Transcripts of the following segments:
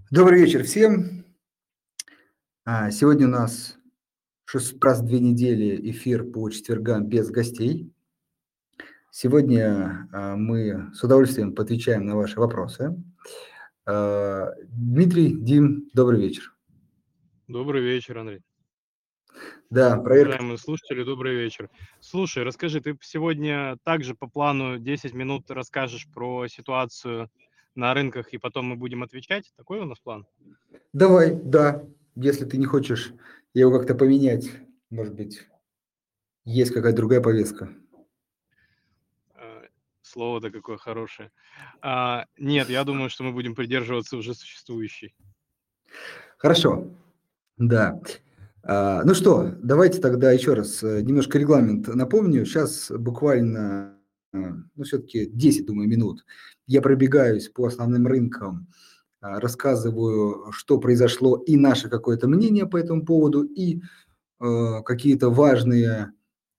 Добрый вечер всем. Сегодня у нас раз в 2 недели эфир по четвергам без гостей. Сегодня мы с удовольствием поотвечаем на ваши вопросы. Дмитрий, Дим, добрый вечер. Добрый вечер, Андрей. Да, проверка. Уважаемые слушатели, добрый вечер. Слушай, расскажи, ты сегодня также по плану 10 минут расскажешь про ситуацию на рынках, и потом мы будем отвечать? Такой у нас план? Давай, да, если ты не хочешь его как-то поменять, может быть, есть какая-то другая повестка. Э, Слово-то какое хорошее. Нет, я думаю, что мы будем придерживаться уже существующей. Хорошо, да. Ну что, давайте тогда еще раз немножко регламент напомню. Сейчас буквально, ну, все-таки 10, думаю, минут. Я пробегаюсь по основным рынкам, рассказываю, что произошло, и наше какое-то мнение по этому поводу, и какие-то важные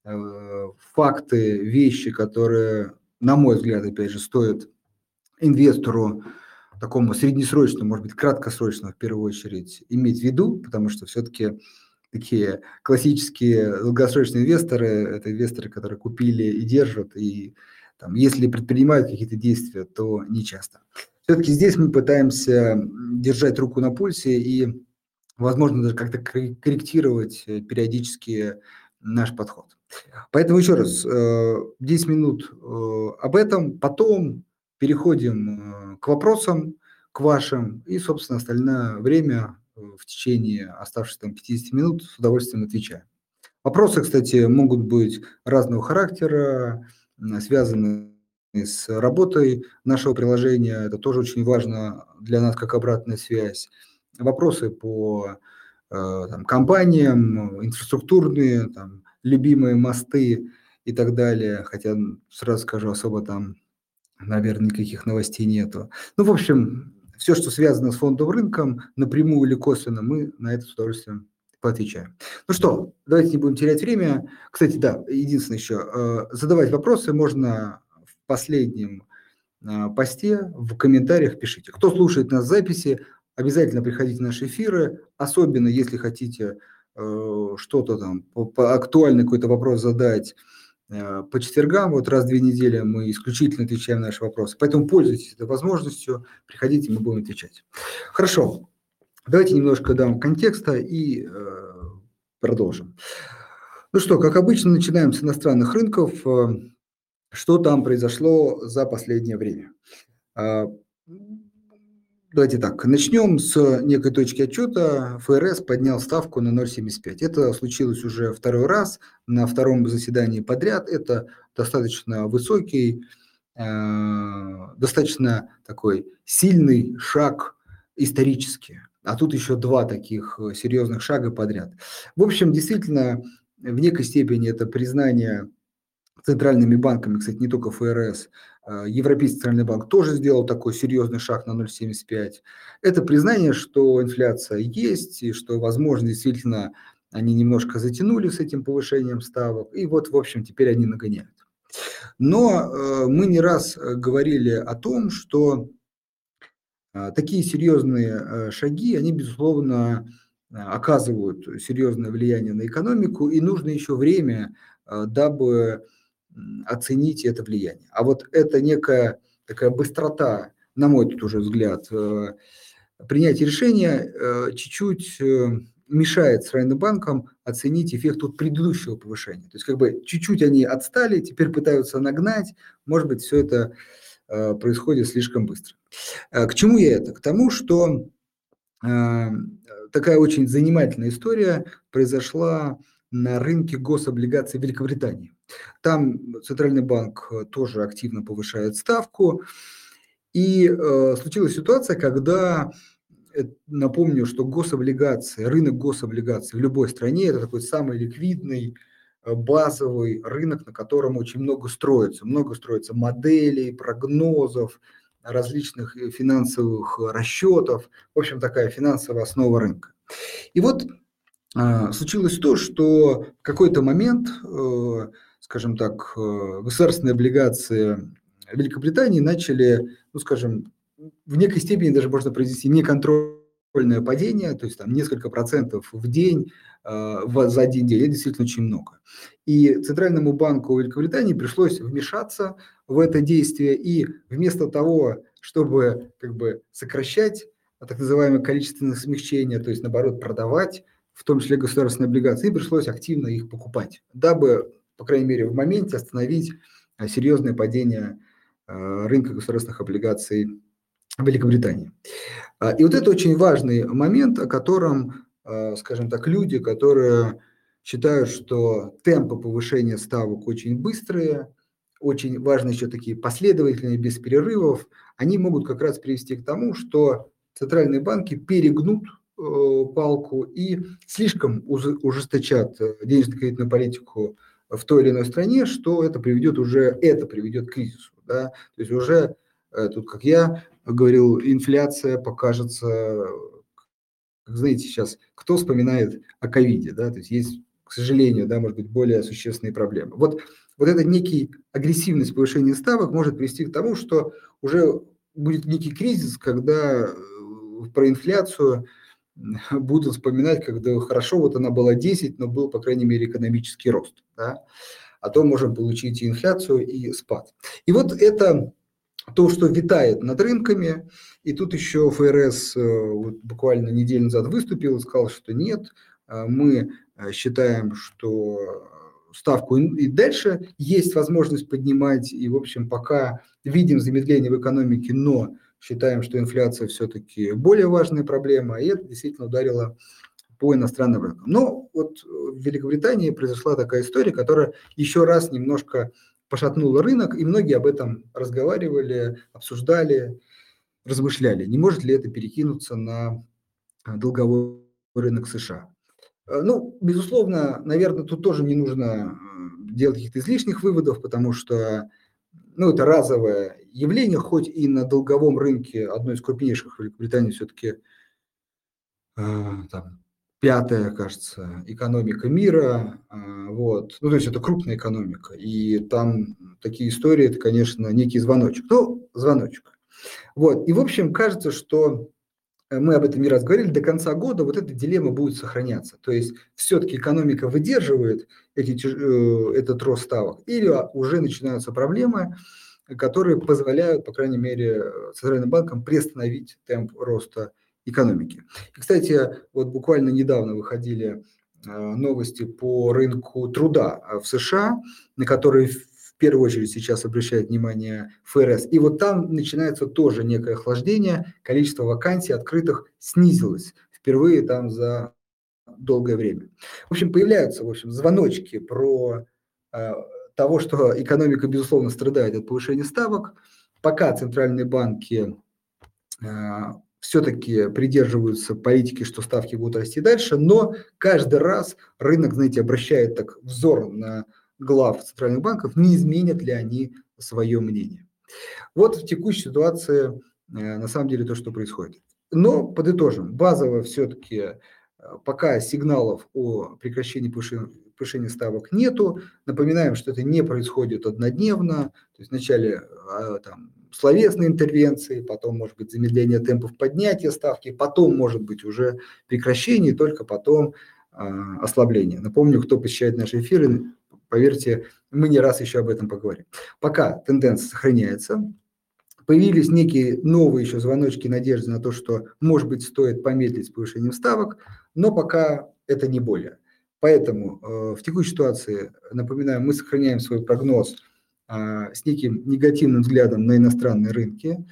факты, вещи, которые, на мой взгляд, опять же, стоят инвестору такому среднесрочному, может быть, краткосрочному в первую очередь иметь в виду, потому что все-таки такие классические долгосрочные инвесторы – это инвесторы, которые купили и держат, и там, если предпринимают какие-то действия, то не часто. Все-таки здесь мы пытаемся держать руку на пульсе и, возможно, даже как-то корректировать периодически наш подход. Поэтому еще раз, 10 минут об этом, потом переходим к вопросам, к вашим, и, собственно, остальное время в течение оставшихся там 50 минут с удовольствием отвечаем. Вопросы, кстати, могут быть разного характера, связаны с работой нашего приложения. Это тоже очень важно для нас, как обратная связь. Вопросы по там, компаниям, инфраструктурные, там, любимые мосты и так далее. Хотя, сразу скажу, особо там, наверное, никаких новостей нету. Ну, в общем, все, что связано с фондовым рынком, напрямую или косвенно, мы на это с удовольствием поотвечаем. Ну что, давайте не будем терять время. Кстати, да, единственное еще, задавать вопросы можно в последнем посте, в комментариях пишите. Кто слушает нас в записи, обязательно приходите на наши эфиры, особенно если хотите что-то там, актуальный какой-то вопрос задать по четвергам, вот раз в 2 недели мы исключительно отвечаем на наши вопросы. Поэтому пользуйтесь этой возможностью, приходите, мы будем отвечать. Хорошо, давайте немножко дам контекста и продолжим. Ну что, как обычно, начинаем с иностранных рынков. Что там произошло за последнее время? Давайте так, начнем с некой точки отчета. ФРС поднял ставку на 0,75. Это случилось уже второй раз, на втором заседании подряд. Это достаточно высокий, достаточно такой сильный шаг исторически. А тут еще два таких серьезных шага подряд. В общем, действительно, в некой степени это признание центральными банками, кстати, не только ФРС, Европейский центральный банк тоже сделал такой серьезный шаг на 0,75. Это признание, что инфляция есть, и что, возможно, действительно они немножко затянули с этим повышением ставок, и вот, в общем, теперь они нагоняют. Но мы не раз говорили о том, что такие серьезные шаги, они, безусловно, оказывают серьезное влияние на экономику, и нужно еще время, дабы оценить это влияние. А вот это некая такая быстрота, на мой тут уже взгляд, принятия решения чуть-чуть мешает центральным банкам оценить эффект от предыдущего повышения. То есть как бы чуть-чуть они отстали, теперь пытаются нагнать, может быть, все это происходит слишком быстро. К чему я это? К тому, что такая очень занимательная история произошла на рынке гособлигаций Великобритании. Там Центральный банк тоже активно повышает ставку. И случилась ситуация, когда, напомню, что гособлигации, рынок гособлигаций в любой стране – это такой самый ликвидный, базовый рынок, на котором очень много строится. Много строится моделей, прогнозов, различных финансовых расчетов. В общем, такая финансовая основа рынка. И вот случилось то, что в какой-то момент, скажем так, государственные облигации Великобритании начали, ну, скажем, в некой степени даже можно произнести неконтрольный падение, то есть там несколько процентов в день, за один день, это действительно очень много. И Центральному банку Великобритании пришлось вмешаться в это действие, и вместо того, чтобы как бы сокращать так называемое количественное смягчение, то есть наоборот продавать, в том числе государственные облигации, им пришлось активно их покупать, дабы, по крайней мере, в моменте остановить серьезное падение рынка государственных облигаций Великобритании. И вот это очень важный момент, о котором, скажем так, люди, которые считают, что темпы повышения ставок очень быстрые, очень важны еще такие последовательные, без перерывов, они могут как раз привести к тому, что центральные банки перегнут палку и слишком ужесточат денежно-кредитную политику в той или иной стране, что это приведет к кризису. Да? То есть уже тут, как я говорил, инфляция покажется, как знаете, сейчас кто вспоминает о ковиде, да, то есть, к сожалению, да, может быть, более существенные проблемы. Вот эта некий агрессивность повышения ставок может привести к тому, что уже будет некий кризис, когда про инфляцию будут вспоминать, когда хорошо, вот она была 10, но был, по крайней мере, экономический рост, да, а то можем получить и инфляцию, и спад. И вот это то, что витает над рынками, и тут еще ФРС вот буквально неделю назад выступил и сказал, что нет, мы считаем, что ставку и дальше есть возможность поднимать, и, в общем, пока видим замедление в экономике, но считаем, что инфляция все-таки более важная проблема, и это действительно ударило по иностранным рынкам. Но вот в Великобритании произошла такая история, которая еще раз немножко пошатнула рынок, и многие об этом разговаривали, обсуждали, размышляли, не может ли это перекинуться на долговой рынок США. Ну, безусловно, наверное, тут тоже не нужно делать каких-то излишних выводов, потому что это разовое явление, хоть и на долговом рынке одной из крупнейших в Великобритании все-таки там, пятая, кажется, экономика мира, вот, то есть это крупная экономика, и там такие истории, это, конечно, некий звоночек, звоночек. Вот, и, в общем, кажется, что мы об этом не раз говорили, до конца года вот эта дилемма будет сохраняться, то есть все-таки экономика выдерживает этот рост ставок, или уже начинаются проблемы, которые позволяют, по крайней мере, центральным банкам приостановить темп роста экономики. И, кстати, вот буквально недавно выходили новости по рынку труда в США, на которые в первую очередь сейчас обращает внимание ФРС. И вот там начинается тоже некое охлаждение, количество вакансий открытых снизилось впервые там за долгое время. В общем, появляются звоночки про того, что экономика, безусловно, страдает от повышения ставок. Пока центральные банки все-таки придерживаются политики, что ставки будут расти дальше, но каждый раз рынок, знаете, обращает так взор на глав центральных банков, не изменят ли они свое мнение. Вот в текущей ситуации на самом деле то, что происходит. Но подытожим, базово все-таки пока сигналов о прекращении повышения ставок нету. Напоминаем, что это не происходит однодневно, то есть вначале там словесные интервенции, потом может быть замедление темпов поднятия ставки, потом может быть уже прекращение, только потом ослабление. Напомню, кто посещает наши эфиры, поверьте, мы не раз еще об этом поговорим. Пока тенденция сохраняется, появились некие новые еще звоночки надежды на то, что, может быть, стоит помедлить с повышением ставок, но пока это не более. Поэтому в текущей ситуации, напоминаю, мы сохраняем свой прогноз с неким негативным взглядом на иностранные рынки.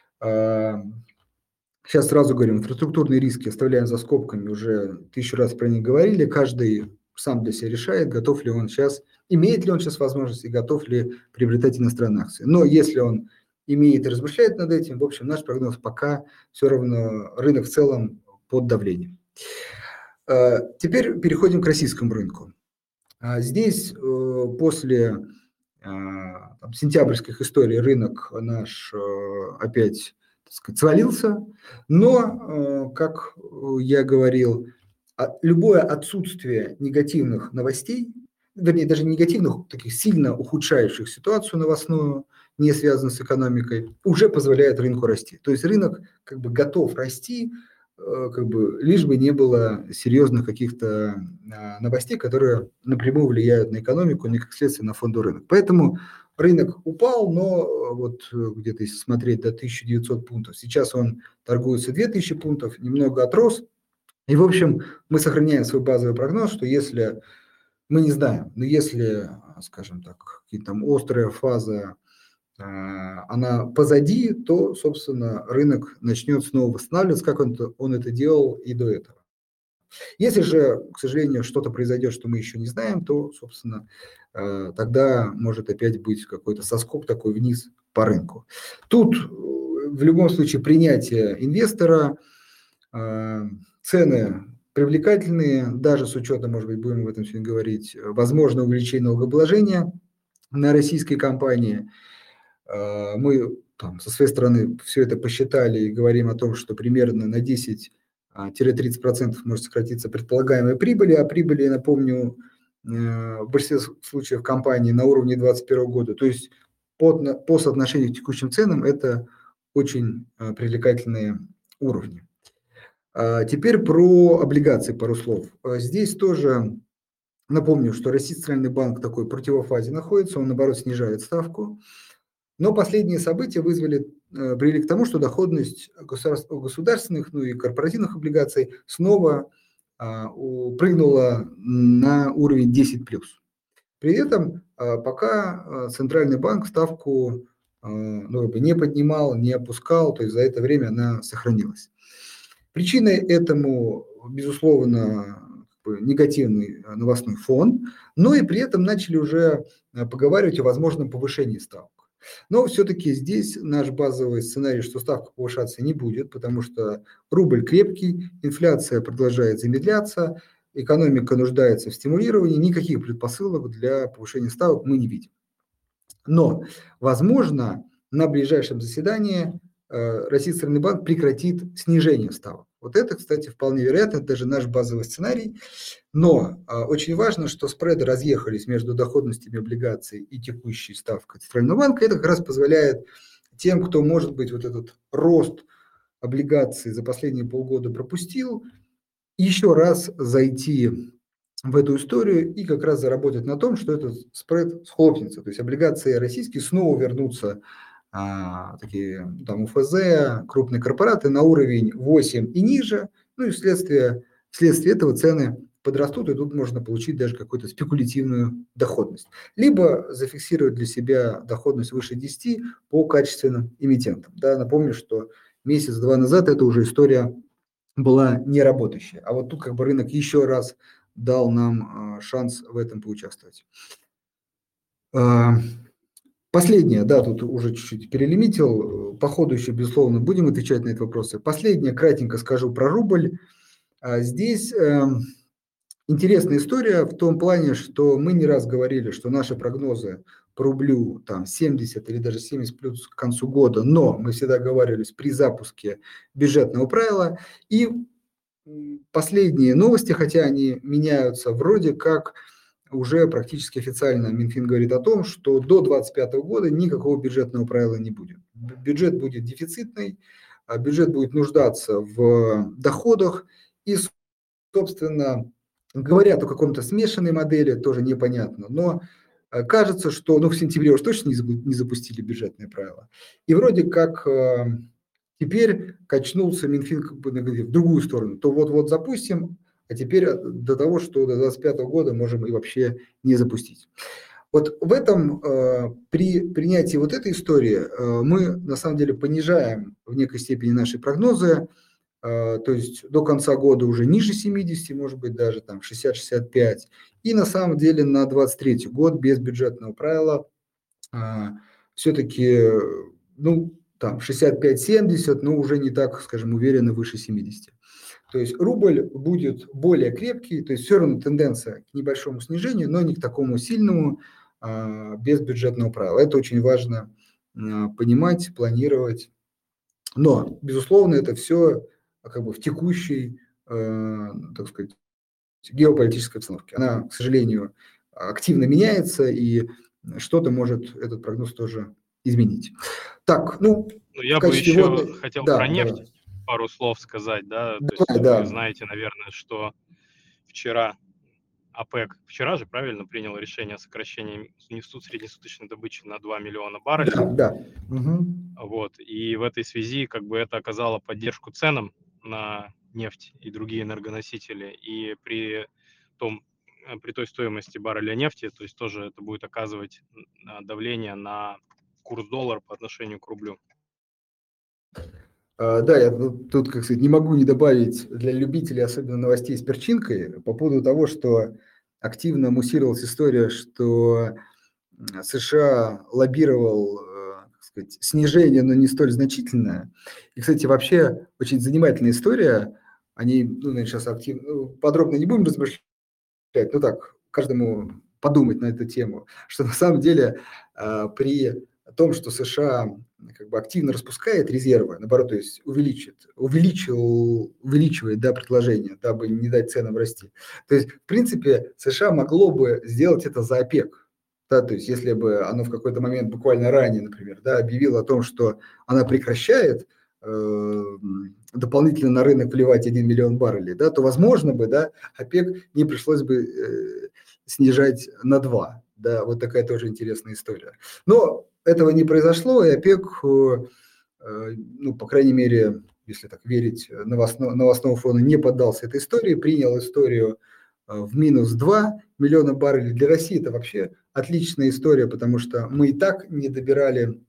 Сейчас сразу говорим, инфраструктурные риски оставляем за скобками, уже 1000 раз про них говорили, каждый сам для себя решает, готов ли он сейчас, имеет ли он сейчас возможность и готов ли приобретать иностранные акции. Но если он имеет и размышляет над этим, в общем, наш прогноз пока все равно рынок в целом под давлением. Теперь переходим к российскому рынку. Здесь после сентябрьских историй рынок наш опять, так сказать, свалился, но, как я говорил, любое отсутствие негативных новостей, вернее, даже негативных, таких сильно ухудшающих ситуацию новостную, не связанную с экономикой, уже позволяет рынку расти. То есть рынок как бы готов расти как бы, лишь бы не было серьезных каких-то новостей, которые напрямую влияют на экономику, не как следствие на фондовый рынок. Поэтому рынок упал, но вот где-то, если смотреть, до 1900 пунктов, сейчас он торгуется 2000 пунктов, немного отрос. И, в общем, мы сохраняем свой базовый прогноз, что если, мы не знаем, но если, скажем так, какие-то там острая фаза, она позади, то, собственно, рынок начнет снова восстанавливаться, как он это делал и до этого. Если же, к сожалению, что-то произойдет, что мы еще не знаем, то, собственно, тогда может опять быть какой-то соскок такой вниз по рынку. Тут в любом случае принятие инвестора, цены привлекательные, даже с учетом, может быть, будем об этом сегодня говорить, возможно увеличение налогообложения на российские компании. Мы там, со своей стороны все это посчитали и говорим о том, что примерно на 10-30% может сократиться предполагаемая прибыль, а прибыли, напомню, в большинстве случаев компании на уровне 2021 года. То есть по соотношению к текущим ценам это очень привлекательные уровни. Теперь про облигации пару слов. Здесь тоже напомню, что Российский центральный банк в такой противофазе находится, он, наоборот, снижает ставку. Но последние события привели к тому, что доходность государственных, ну и корпоративных облигаций снова прыгнула на уровень 10+. При этом пока Центральный банк ставку не поднимал, не опускал, то есть за это время она сохранилась. Причиной этому, безусловно, негативный новостной фон, но и при этом начали уже поговаривать о возможном повышении ставок. Но все-таки здесь наш базовый сценарий, что ставка повышаться не будет, потому что рубль крепкий, инфляция продолжает замедляться, экономика нуждается в стимулировании, никаких предпосылок для повышения ставок мы не видим. Но, возможно, на ближайшем заседании Российский центральный банк прекратит снижение ставок. Вот это, кстати, вполне вероятно, это даже наш базовый сценарий. Но очень важно, что спреды разъехались между доходностями облигаций и текущей ставкой Центрального банка. Это как раз позволяет тем, кто, может быть, вот этот рост облигаций за последние полгода пропустил, еще раз зайти в эту историю и как раз заработать на том, что этот спред схлопнется. То есть облигации российские снова вернутся, такие там УФЗ, крупные корпораты на уровень 8 и ниже, ну и вследствие этого цены подрастут, и тут можно получить даже какую-то спекулятивную доходность. Либо зафиксировать для себя доходность выше 10 по качественным эмитентам. Да, напомню, что месяц-два назад эта уже история была не работающая. А вот тут как бы рынок еще раз дал нам шанс в этом поучаствовать. Последнее, да, тут уже чуть-чуть перелимитил, по ходу еще, безусловно, будем отвечать на эти вопросы. Последнее, кратенько скажу про рубль. Здесь интересная история в том плане, что мы не раз говорили, что наши прогнозы по рублю там 70 или даже 70 плюс к концу года, но мы всегда говорились при запуске бюджетного правила. И последние новости, хотя они меняются, вроде как уже практически официально Минфин говорит о том, что до 2025 года никакого бюджетного правила не будет. Бюджет будет дефицитный, бюджет будет нуждаться в доходах, и, собственно, говорят о каком-то смешанной модели, тоже непонятно, но кажется, что в сентябре уж точно не запустили бюджетные правила. И вроде как теперь качнулся Минфин как бы в другую сторону. То вот запустим, а теперь до того, что до 2025 года можем и вообще не запустить. Вот в этом, при принятии вот этой истории, мы на самом деле понижаем в некой степени наши прогнозы, то есть до конца года уже ниже 70, может быть, даже там 60-65. И на самом деле на 2023 год без бюджетного правила все-таки, там 65-70, но уже не так, скажем, уверенно выше 70. То есть рубль будет более крепкий, то есть все равно тенденция к небольшому снижению, но не к такому сильному без бюджетного правила. Это очень важно понимать, планировать. Но, безусловно, это все как бы в текущей, так сказать, геополитической обстановке. Она, к сожалению, активно меняется, и что-то может этот прогноз тоже изменить. Так, Я в бы качестве еще вводной... хотел про Да, нефть пару слов сказать, да, то есть Давай, вы да. знаете, наверное, что вчера ОПЕК, вчера же правильно принял решение о сокращении среднесуточной добычи на 2 миллиона баррелей, Да, да. Мгм. вот, и в этой связи как бы это оказало поддержку ценам на нефть и другие энергоносители, и при той стоимости барреля нефти, то есть тоже это будет оказывать давление на курс доллара по отношению к рублю. Да, я тут, как сказать, не могу не добавить для любителей, особенно новостей с перчинкой, по поводу того, что активно муссировалась история, что США лоббировал, так сказать, снижение, но не столь значительное. И, кстати, вообще очень занимательная история. Они, ну, наверное, сейчас активно, подробно не будем размышлять, ну так, каждому подумать на эту тему, что на самом деле при том, что США как бы активно распускает резервы, наоборот, то есть увеличивает, да, предложение, дабы не дать ценам расти. То есть, в принципе, США могло бы сделать это за ОПЕК. Да, то есть, если бы оно в какой-то момент, буквально ранее, например, да, объявило о том, что она прекращает дополнительно на рынок вливать 1 миллион баррелей, да, то, возможно бы, да, ОПЕК не пришлось бы снижать на 2. Да, вот такая тоже интересная история. Но этого не произошло, и ОПЕК, ну, по крайней мере, если так верить новостному фону, не поддался этой истории, принял историю в минус 2 миллиона баррелей. Для России это вообще отличная история, потому что мы и так не добирали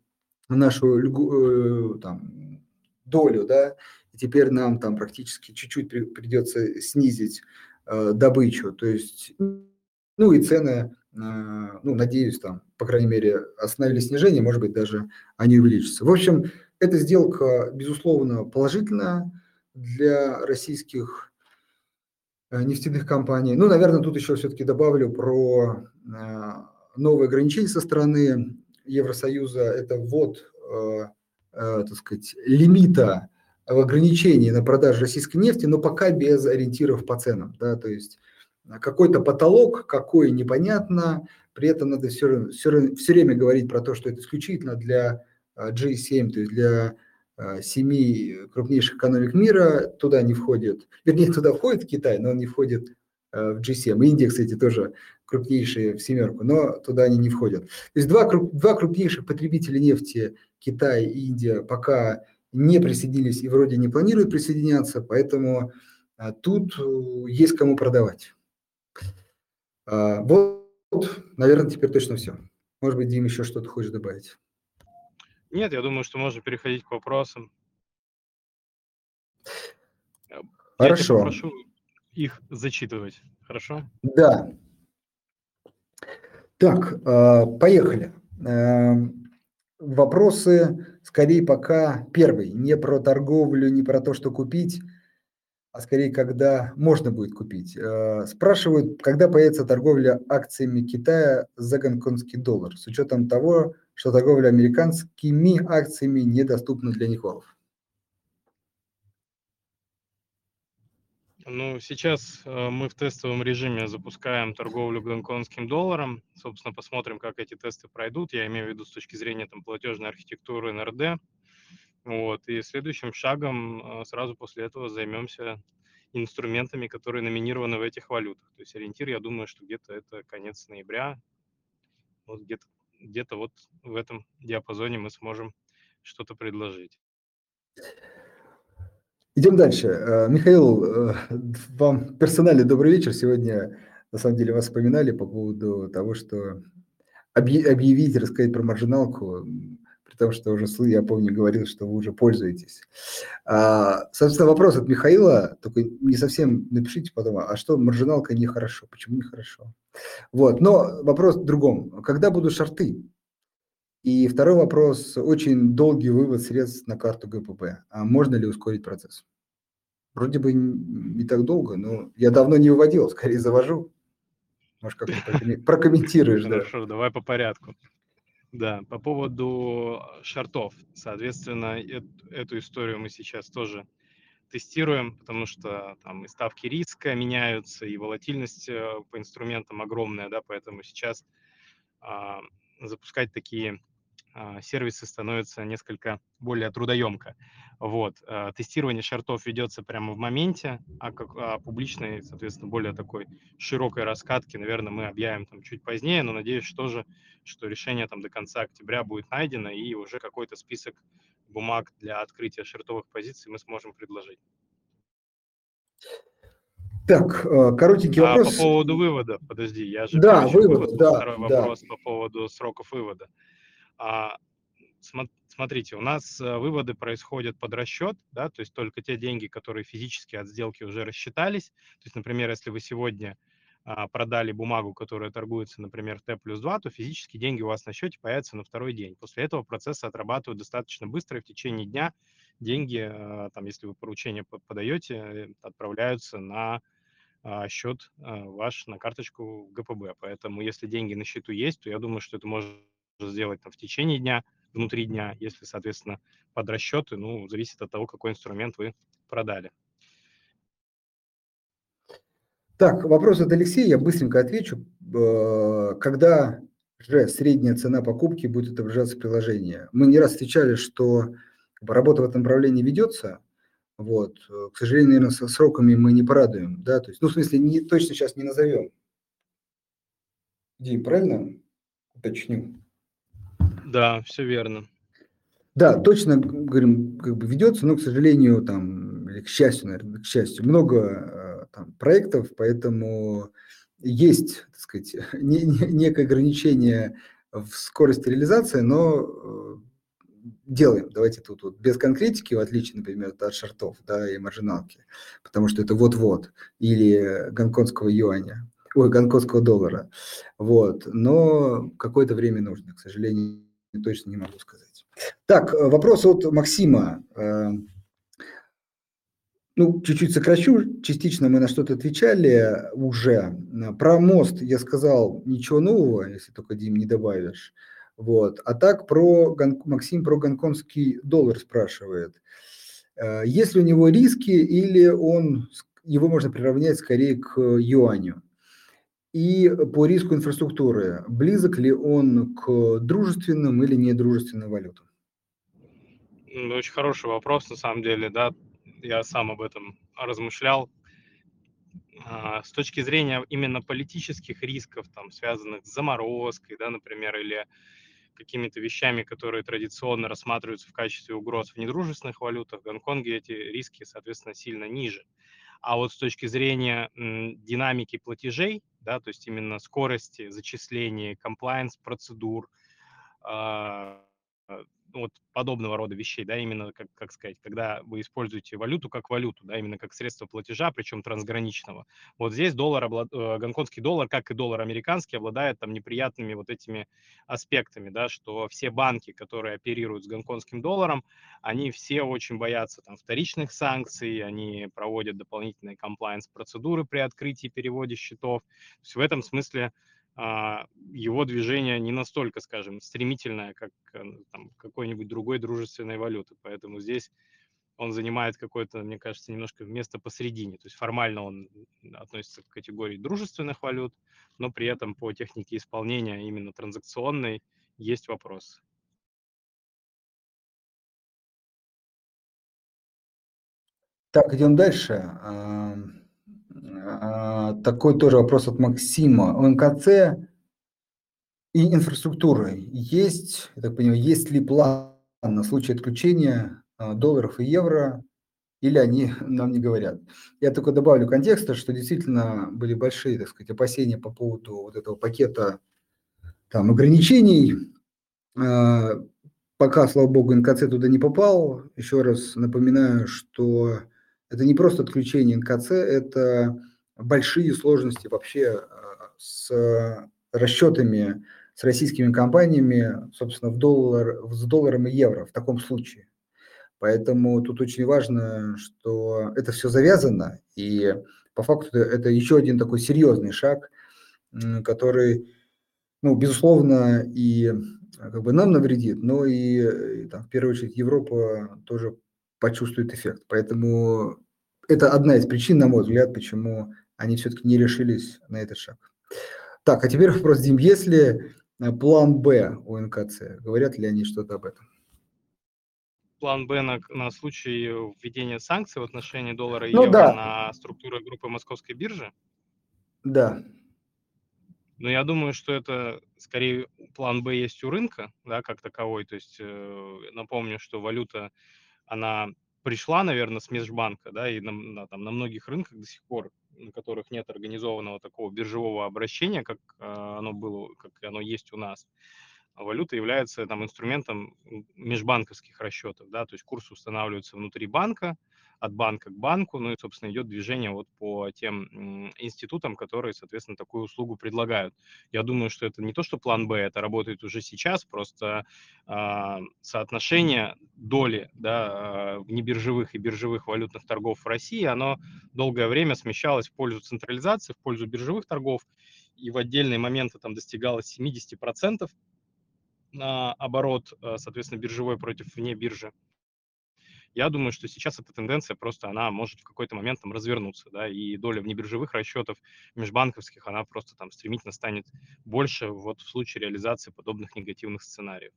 нашу там, долю, да, и теперь нам там практически чуть-чуть придется снизить добычу. То есть, ну и цены, ну, надеюсь, там, по крайней мере, остановили снижение, может быть, даже они увеличатся. В общем, эта сделка, безусловно, положительная для российских нефтяных компаний. Ну, наверное, тут еще все-таки добавлю про новые ограничения со стороны Евросоюза. Это ввод, так сказать, лимита в ограничении на продажу российской нефти, но пока без ориентиров по ценам. Да, то есть какой-то потолок, какой непонятно, при этом надо все время говорить про то, что это исключительно для G7, то есть для 7 крупнейших экономик мира, туда не входит, вернее, туда входит Китай, но он не входит в G7. Индия, кстати, тоже крупнейшие в семерку, но туда они не входят. То есть два крупнейших потребителя нефти, Китай и Индия, пока не присоединились и вроде не планируют присоединяться, поэтому тут есть кому продавать. Вот, наверное, теперь точно все. Может быть, Дим, еще что-то хочешь добавить? Нет, я думаю, что можно переходить к вопросам. Я тебя Хорошо. попрошу их зачитывать, хорошо? Да. Так, поехали. Вопросы скорее пока первый. Не про торговлю, не про то, что купить, а скорее, когда можно будет купить. Спрашивают, когда появится торговля акциями Китая за гонконгский доллар, с учетом того, что торговля американскими акциями недоступна для Николов. Ну, сейчас мы в тестовом режиме запускаем торговлю гонконгским долларом. Собственно, посмотрим, как эти тесты пройдут. Я имею в виду с точки зрения там, платежной архитектуры НРД. Вот. И следующим шагом сразу после этого займемся инструментами, которые номинированы в этих валютах. То есть ориентир, я думаю, что где-то это конец ноября. Вот где-то вот в этом диапазоне мы сможем что-то предложить. Идем дальше. Михаил, вам персонально добрый вечер. Сегодня, на самом деле, вас вспоминали по поводу того, что объявить, рассказать про маржиналку, при том, что уже, я помню, говорил, что вы уже пользуетесь. Собственно, вопрос от Михаила, только не совсем напишите потом, а что маржиналка нехорошо, почему нехорошо? Вот, но вопрос в другом. Когда будут шорты? И второй вопрос, очень долгий вывод средств на карту ГПП. А можно ли ускорить процесс? Вроде бы не так долго, но я давно не выводил, скорее завожу. Может, как-то прокомментируешь, да. Хорошо, давай по порядку. Да, по поводу шортов. Соответственно, эту историю мы сейчас тоже тестируем, потому что там и ставки риска меняются, и волатильность по инструментам огромная, да, поэтому сейчас запускать такие сервисы становятся несколько более трудоемко. Вот. Тестирование шортов ведется прямо в моменте, а публичной, соответственно, более такой широкой раскатки, наверное, мы объявим там чуть позднее, но надеюсь, что решение там до конца октября будет найдено и уже какой-то список бумаг для открытия шортовых позиций мы сможем предложить. Так, коротенький А по вопрос. поводу вывода, подожди, я же Да, первый еще вывод, вывод, был да, второй да. вопрос по поводу сроков вывода. А, Смотрите, у нас выводы происходят под расчет, да, то есть только те деньги, которые физически от сделки уже рассчитались. То есть, например, если вы сегодня продали бумагу, которая торгуется, например, Т плюс 2, то физически деньги у вас на счете появятся на второй день. После этого процесс отрабатывают достаточно быстро, и в течение дня деньги, там, если вы поручение подаете, отправляются на счет ваш, на карточку ГПБ. Поэтому если деньги на счету есть, то я думаю, что это можно сделать там в течение дня, внутри дня, если, соответственно, под расчеты, ну, зависит от того, какой инструмент вы продали. Так, вопрос от Алексея, я быстренько отвечу. Когда же средняя цена покупки будет отображаться в приложении? Мы не раз встречали, что работа в этом направлении ведется. Вот. К сожалению, наверное, со сроками мы не порадуем. Да? То есть, ну, в смысле, точно сейчас не назовем. Дим, правильно уточню? Да, все верно. Да, точно, говорим, как бы ведется, но, к сожалению, там, или к счастью, наверное, к счастью, много там проектов, поэтому есть, так сказать, некое ограничение в скорости реализации, но делаем. Давайте тут вот без конкретики, в отличие, например, от шортов, да, и маржиналки, потому что это вот-вот, или гонконгского юаня, ой, гонконгского доллара, вот, но какое-то время нужно, к сожалению, точно не могу сказать. Так, вопрос от Максима. Ну, чуть-чуть сокращу, частично мы на что-то отвечали уже. Про мост я сказал ничего нового, если только, Дим, не добавишь. Вот. А так Максим про гонконгский доллар спрашивает. Есть ли у него риски или его можно приравнять скорее к юаню? И по риску инфраструктуры, близок ли он к дружественным или недружественным валютам? Ну, очень хороший вопрос, на самом деле, да. Я сам об этом размышлял. С точки зрения именно политических рисков, там, связанных с заморозкой, да, например, или какими-то вещами, которые традиционно рассматриваются в качестве угроз в недружественных валютах, в Гонконге эти риски, соответственно, сильно ниже. А вот с точки зрения динамики платежей, да, то есть именно скорости зачисления, комплайенс-процедур, а, вот подобного рода вещей, да, именно, как сказать, когда вы используете валюту, да, именно как средство платежа, причем трансграничного. Вот здесь гонконгский доллар, как и доллар американский, обладает там неприятными вот этими аспектами, да, что все банки, которые оперируют с гонконгским долларом, они все очень боятся там вторичных санкций, они проводят дополнительные комплайенс-процедуры при открытии и переводе счетов. То есть в этом смысле его движение не настолько, скажем, стремительное, как там, какой-нибудь другой дружественной валюты. Поэтому здесь он занимает какое-то, мне кажется, немножко место посередине. То есть формально он относится к категории дружественных валют, но при этом по технике исполнения именно транзакционной есть вопрос. Так, идем дальше. Такой тоже вопрос от Максима. У МКЦ и инфраструктуры есть, я так понимаю, есть ли план на случай отключения долларов и евро, или они нам не говорят? Я только добавлю контекста, что действительно были большие, так сказать, опасения по поводу вот этого пакета там ограничений. Пока, слава богу, НКЦ туда не попал. Еще раз напоминаю, что это не просто отключение НКЦ, это большие сложности вообще с расчетами с российскими компаниями, собственно, с долларом и евро в таком случае. Поэтому тут очень важно, что это все завязано, и по факту это еще один такой серьезный шаг, который, ну, безусловно, и как бы нам навредит, но и там, в первую очередь Европа тоже почувствует эффект. Поэтому это одна из причин, на мой взгляд, почему они все-таки не решились на этот шаг. Так, а теперь вопрос, Дим, если план Б у НКЦ? Говорят ли они что-то об этом? План Б на случай введения санкций в отношении доллара и Ну евро да, на структуру группы Московской биржи. да. Но я думаю, что это скорее план Б есть у рынка, да, как таковой. То есть напомню, что валюта, она пришла, наверное, с межбанка, да, и там, на многих рынках до сих пор, на которых нет организованного такого биржевого обращения, как оно было, как оно есть у нас, валюта является там инструментом межбанковских расчетов, да, то есть курс устанавливается внутри банка, от банка к банку, ну и, собственно, идет движение вот по тем институтам, которые, соответственно, такую услугу предлагают. Я думаю, что это не то, что план Б, это работает уже сейчас, просто соотношение доли, да, внебиржевых и биржевых валютных торгов в России, оно долгое время смещалось в пользу централизации, в пользу биржевых торгов, и в отдельные моменты там достигалось 70%, на оборот, соответственно, биржевой против вне биржи. Я думаю, что сейчас эта тенденция просто, она может в какой-то момент там развернуться, да, и доля внебиржевых расчетов межбанковских, она просто там стремительно станет больше вот в случае реализации подобных негативных сценариев.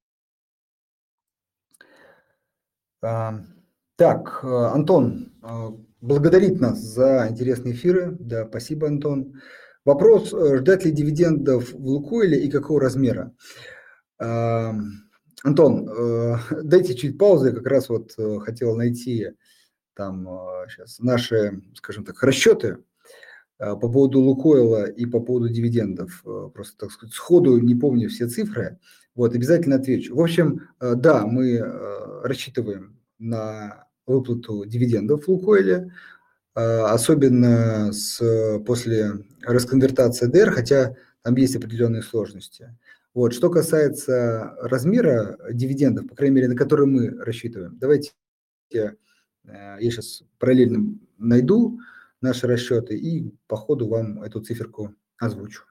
А, Так, Антон благодарит нас за интересные эфиры. Да, спасибо, Антон. Вопрос, ждать ли дивидендов в Лукойле и какого размера? А, Антон, дайте чуть паузы, я как раз вот хотел найти там сейчас наши, скажем так, расчеты по поводу Лукойла и по поводу дивидендов. Просто, так сказать, сходу не помню все цифры. Вот, обязательно отвечу. В общем, да, мы рассчитываем на выплату дивидендов в Лукойле, особенно после расконвертации ДР, хотя там есть определенные сложности. Вот. Что касается размера дивидендов, по крайней мере, на которые мы рассчитываем, давайте я сейчас параллельно найду наши расчеты и по ходу вам эту циферку озвучу.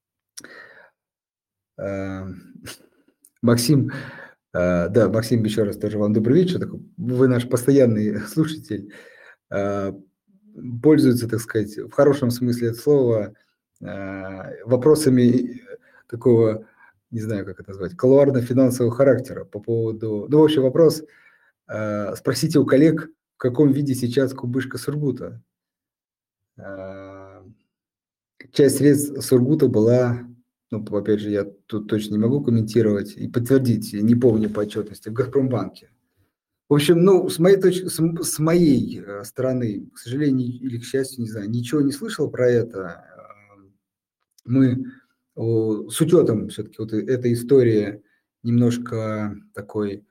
Максим, да, Максим, еще раз тоже вам добрый вечер. Вы наш постоянный слушатель. Пользуется, так сказать, в хорошем смысле этого слова, вопросами такого, не знаю, как это назвать, кулуарно-финансового характера по поводу... Ну, в общем, вопрос, спросите у коллег, в каком виде сейчас кубышка Сургута. Часть средств Сургута была, ну, опять же, я тут точно не могу комментировать и подтвердить, не помню по отчетности, в Газпромбанке. В общем, ну, с моей стороны, к сожалению или к счастью, не знаю, ничего не слышал про это. Мы с учетом все-таки вот этой истории немножко такой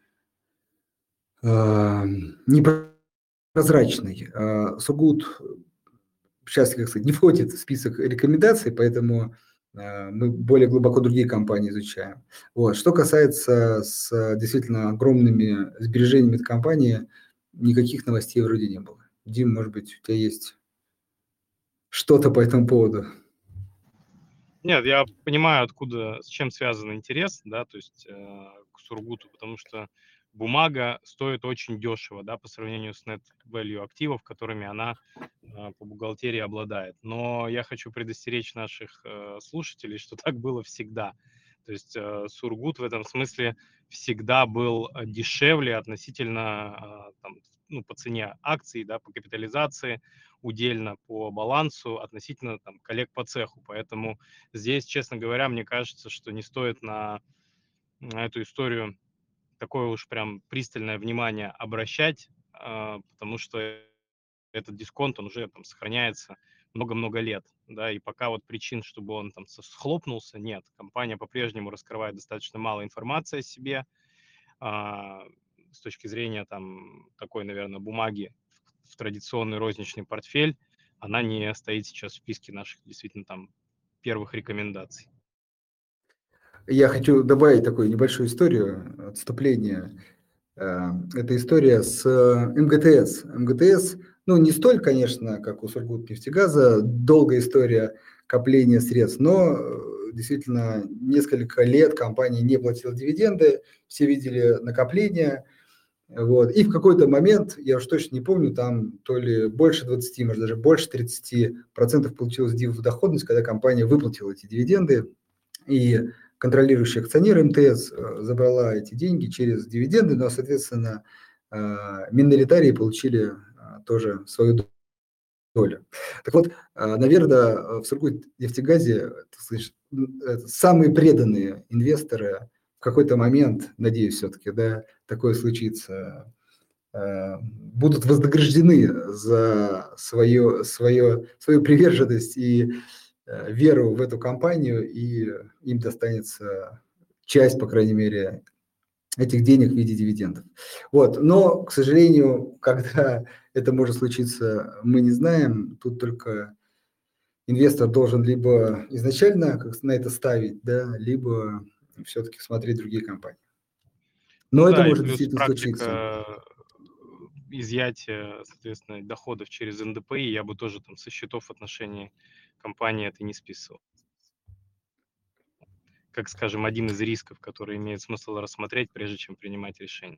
непрозрачный. Сургут сейчас, как сказать, не входит в список рекомендаций, поэтому мы более глубоко другие компании изучаем. Вот. Что касается с действительно огромными сбережениями этой компании, никаких новостей вроде не было. Дим, может быть, у тебя есть что-то по этому поводу? Нет, я понимаю, с чем связан интерес, да, то есть к Сургуту, потому что бумага стоит очень дешево, да, по сравнению с net value активов, которыми она по бухгалтерии обладает. Но я хочу предостеречь наших слушателей, что так было всегда. То есть Сургут в этом смысле всегда был дешевле относительно там, ну, по цене акций, да, по капитализации, удельно по балансу относительно там, коллег по цеху. Поэтому здесь, честно говоря, мне кажется, что не стоит на эту историю такое уж прям пристальное внимание обращать, потому что этот дисконт, он уже там сохраняется много-много лет, да, и пока вот причин, чтобы он там схлопнулся, нет. Компания по-прежнему раскрывает достаточно мало информации о себе, а, с точки зрения там такой, наверное, бумаги в традиционный розничный портфель, она не стоит сейчас в списке наших действительно там первых рекомендаций. Я хочу добавить такую небольшую историю, отступление. Это история с МГТС. МГТС, ну, не столь, конечно, как у Сургутнефтегаза, долгая история копления средств, но действительно несколько лет компания не платила дивиденды, все видели накопления, вот. И в какой-то момент, я уж точно не помню, там то ли больше 20, может даже больше 30% получилась доходность, когда компания выплатила эти дивиденды, и контролирующий акционер МТС забрала эти деньги через дивиденды, но, соответственно, миноритарии получили тоже свою долю. Так вот, наверное, в Сургутнефтегазе, так сказать, самые преданные инвесторы в какой-то момент, надеюсь, все-таки, да, такое случится, будут вознаграждены за свою приверженность и веру в эту компанию, и им достанется часть, по крайней мере, этих денег в виде дивидендов. Вот. Но, к сожалению, когда это может случиться, мы не знаем. Тут только инвестор должен либо изначально на это ставить, да, либо все-таки смотреть другие компании. Ну Но это да, и может плюс действительно случиться. практика изъятия, соответственно, доходов через НДПИ, я бы тоже там со счетов в отношении компании это не списывал. Как, скажем, один из рисков, который имеет смысл рассмотреть, прежде чем принимать решение.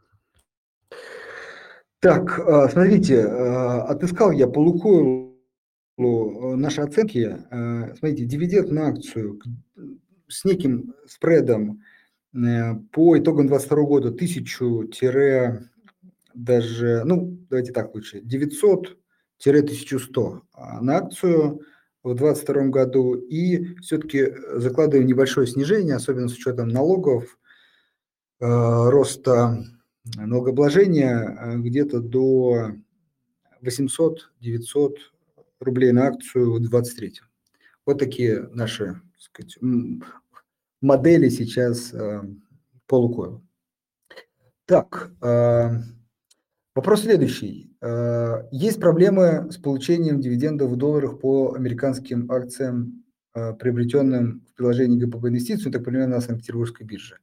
Так, смотрите, отыскал я по Лукойлу наши оценки. Смотрите, дивиденд на акцию с неким спредом по итогам 2022 года 1000 даже, ну, давайте так лучше, 900-1100 на акцию в 2022 году. И все-таки закладываем небольшое снижение, особенно с учетом налогов, роста налогообложения где-то до 800-900 рублей на акцию в 2023. Вот такие наши, так сказать, модели сейчас по Лукойлу. Так, вопрос следующий. Есть проблемы с получением дивидендов в долларах по американским акциям, приобретенным в приложении ГПБ инвестиций, так понимаю, на Санкт-Петербургской бирже.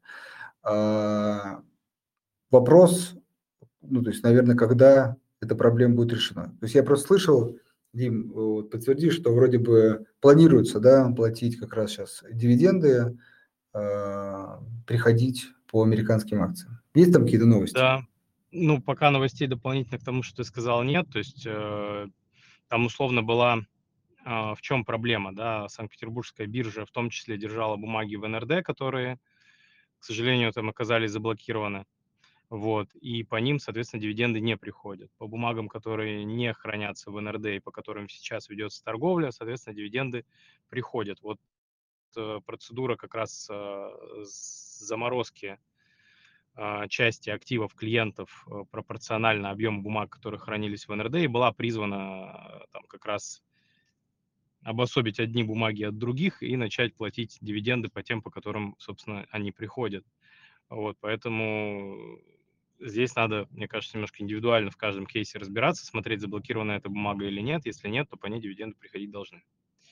Вопрос, ну, то есть, наверное, когда эта проблема будет решена. То есть я просто слышал, Дим, вот, подтверди, что вроде бы планируется, да, платить как раз сейчас дивиденды, приходить по американским акциям. Есть там какие-то новости? Да, ну, пока новостей дополнительно к тому, что ты сказал, нет. То есть там условно была в чем проблема, да, Санкт-Петербургская биржа в том числе держала бумаги в НРД, которые, к сожалению, там оказались заблокированы. Вот, и по ним, соответственно, дивиденды не приходят. По бумагам, которые не хранятся в НРД и по которым сейчас ведется торговля, соответственно, дивиденды приходят. Вот процедура как раз заморозки части активов клиентов пропорционально объему бумаг, которые хранились в НРД, и была призвана там как раз обособить одни бумаги от других и начать платить дивиденды по тем, по которым, собственно, они приходят. Вот, поэтому здесь надо, мне кажется, немножко индивидуально в каждом кейсе разбираться, смотреть, заблокирована эта бумага или нет. Если нет, то по ней дивиденды приходить должны.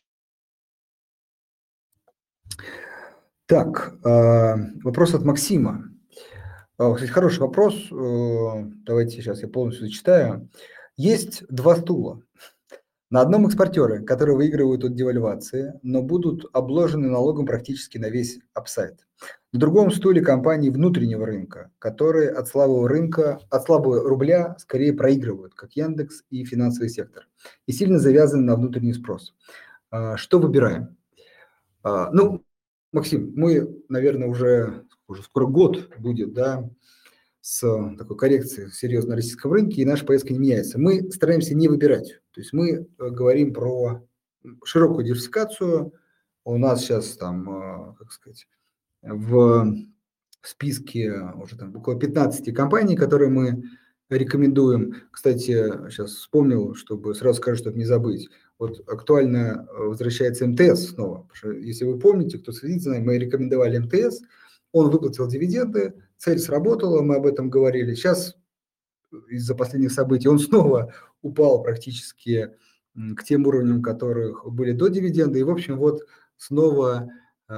Так, вопрос от Максима. Кстати, хороший вопрос. Давайте сейчас я полностью зачитаю. Есть два стула. На одном экспортеры, которые выигрывают от девальвации, но будут обложены налогом практически на весь апсайд. На другом стуле компании внутреннего рынка, которые от слабого рубля скорее проигрывают, как Яндекс и финансовый сектор, и сильно завязаны на внутренний спрос. Что выбираем? Ну, Максим, мы, наверное, уже скоро год будет, да, с такой коррекцией серьезно на российском рынке, и наша повестка не меняется. Мы стараемся не выбирать. То есть мы говорим про широкую диверсификацию. У нас сейчас там, как сказать, в списке уже там около 15 компаний, которые мы рекомендуем. Кстати, сейчас вспомнил, чтобы сразу сказать, чтобы не забыть. Вот актуально возвращается МТС снова. Потому что, если вы помните, кто следит за нами, мы рекомендовали МТС, он выплатил дивиденды, цель сработала, мы об этом говорили. Сейчас из-за последних событий он снова упал практически к тем уровням, которых были до дивиденда. И, в общем, вот снова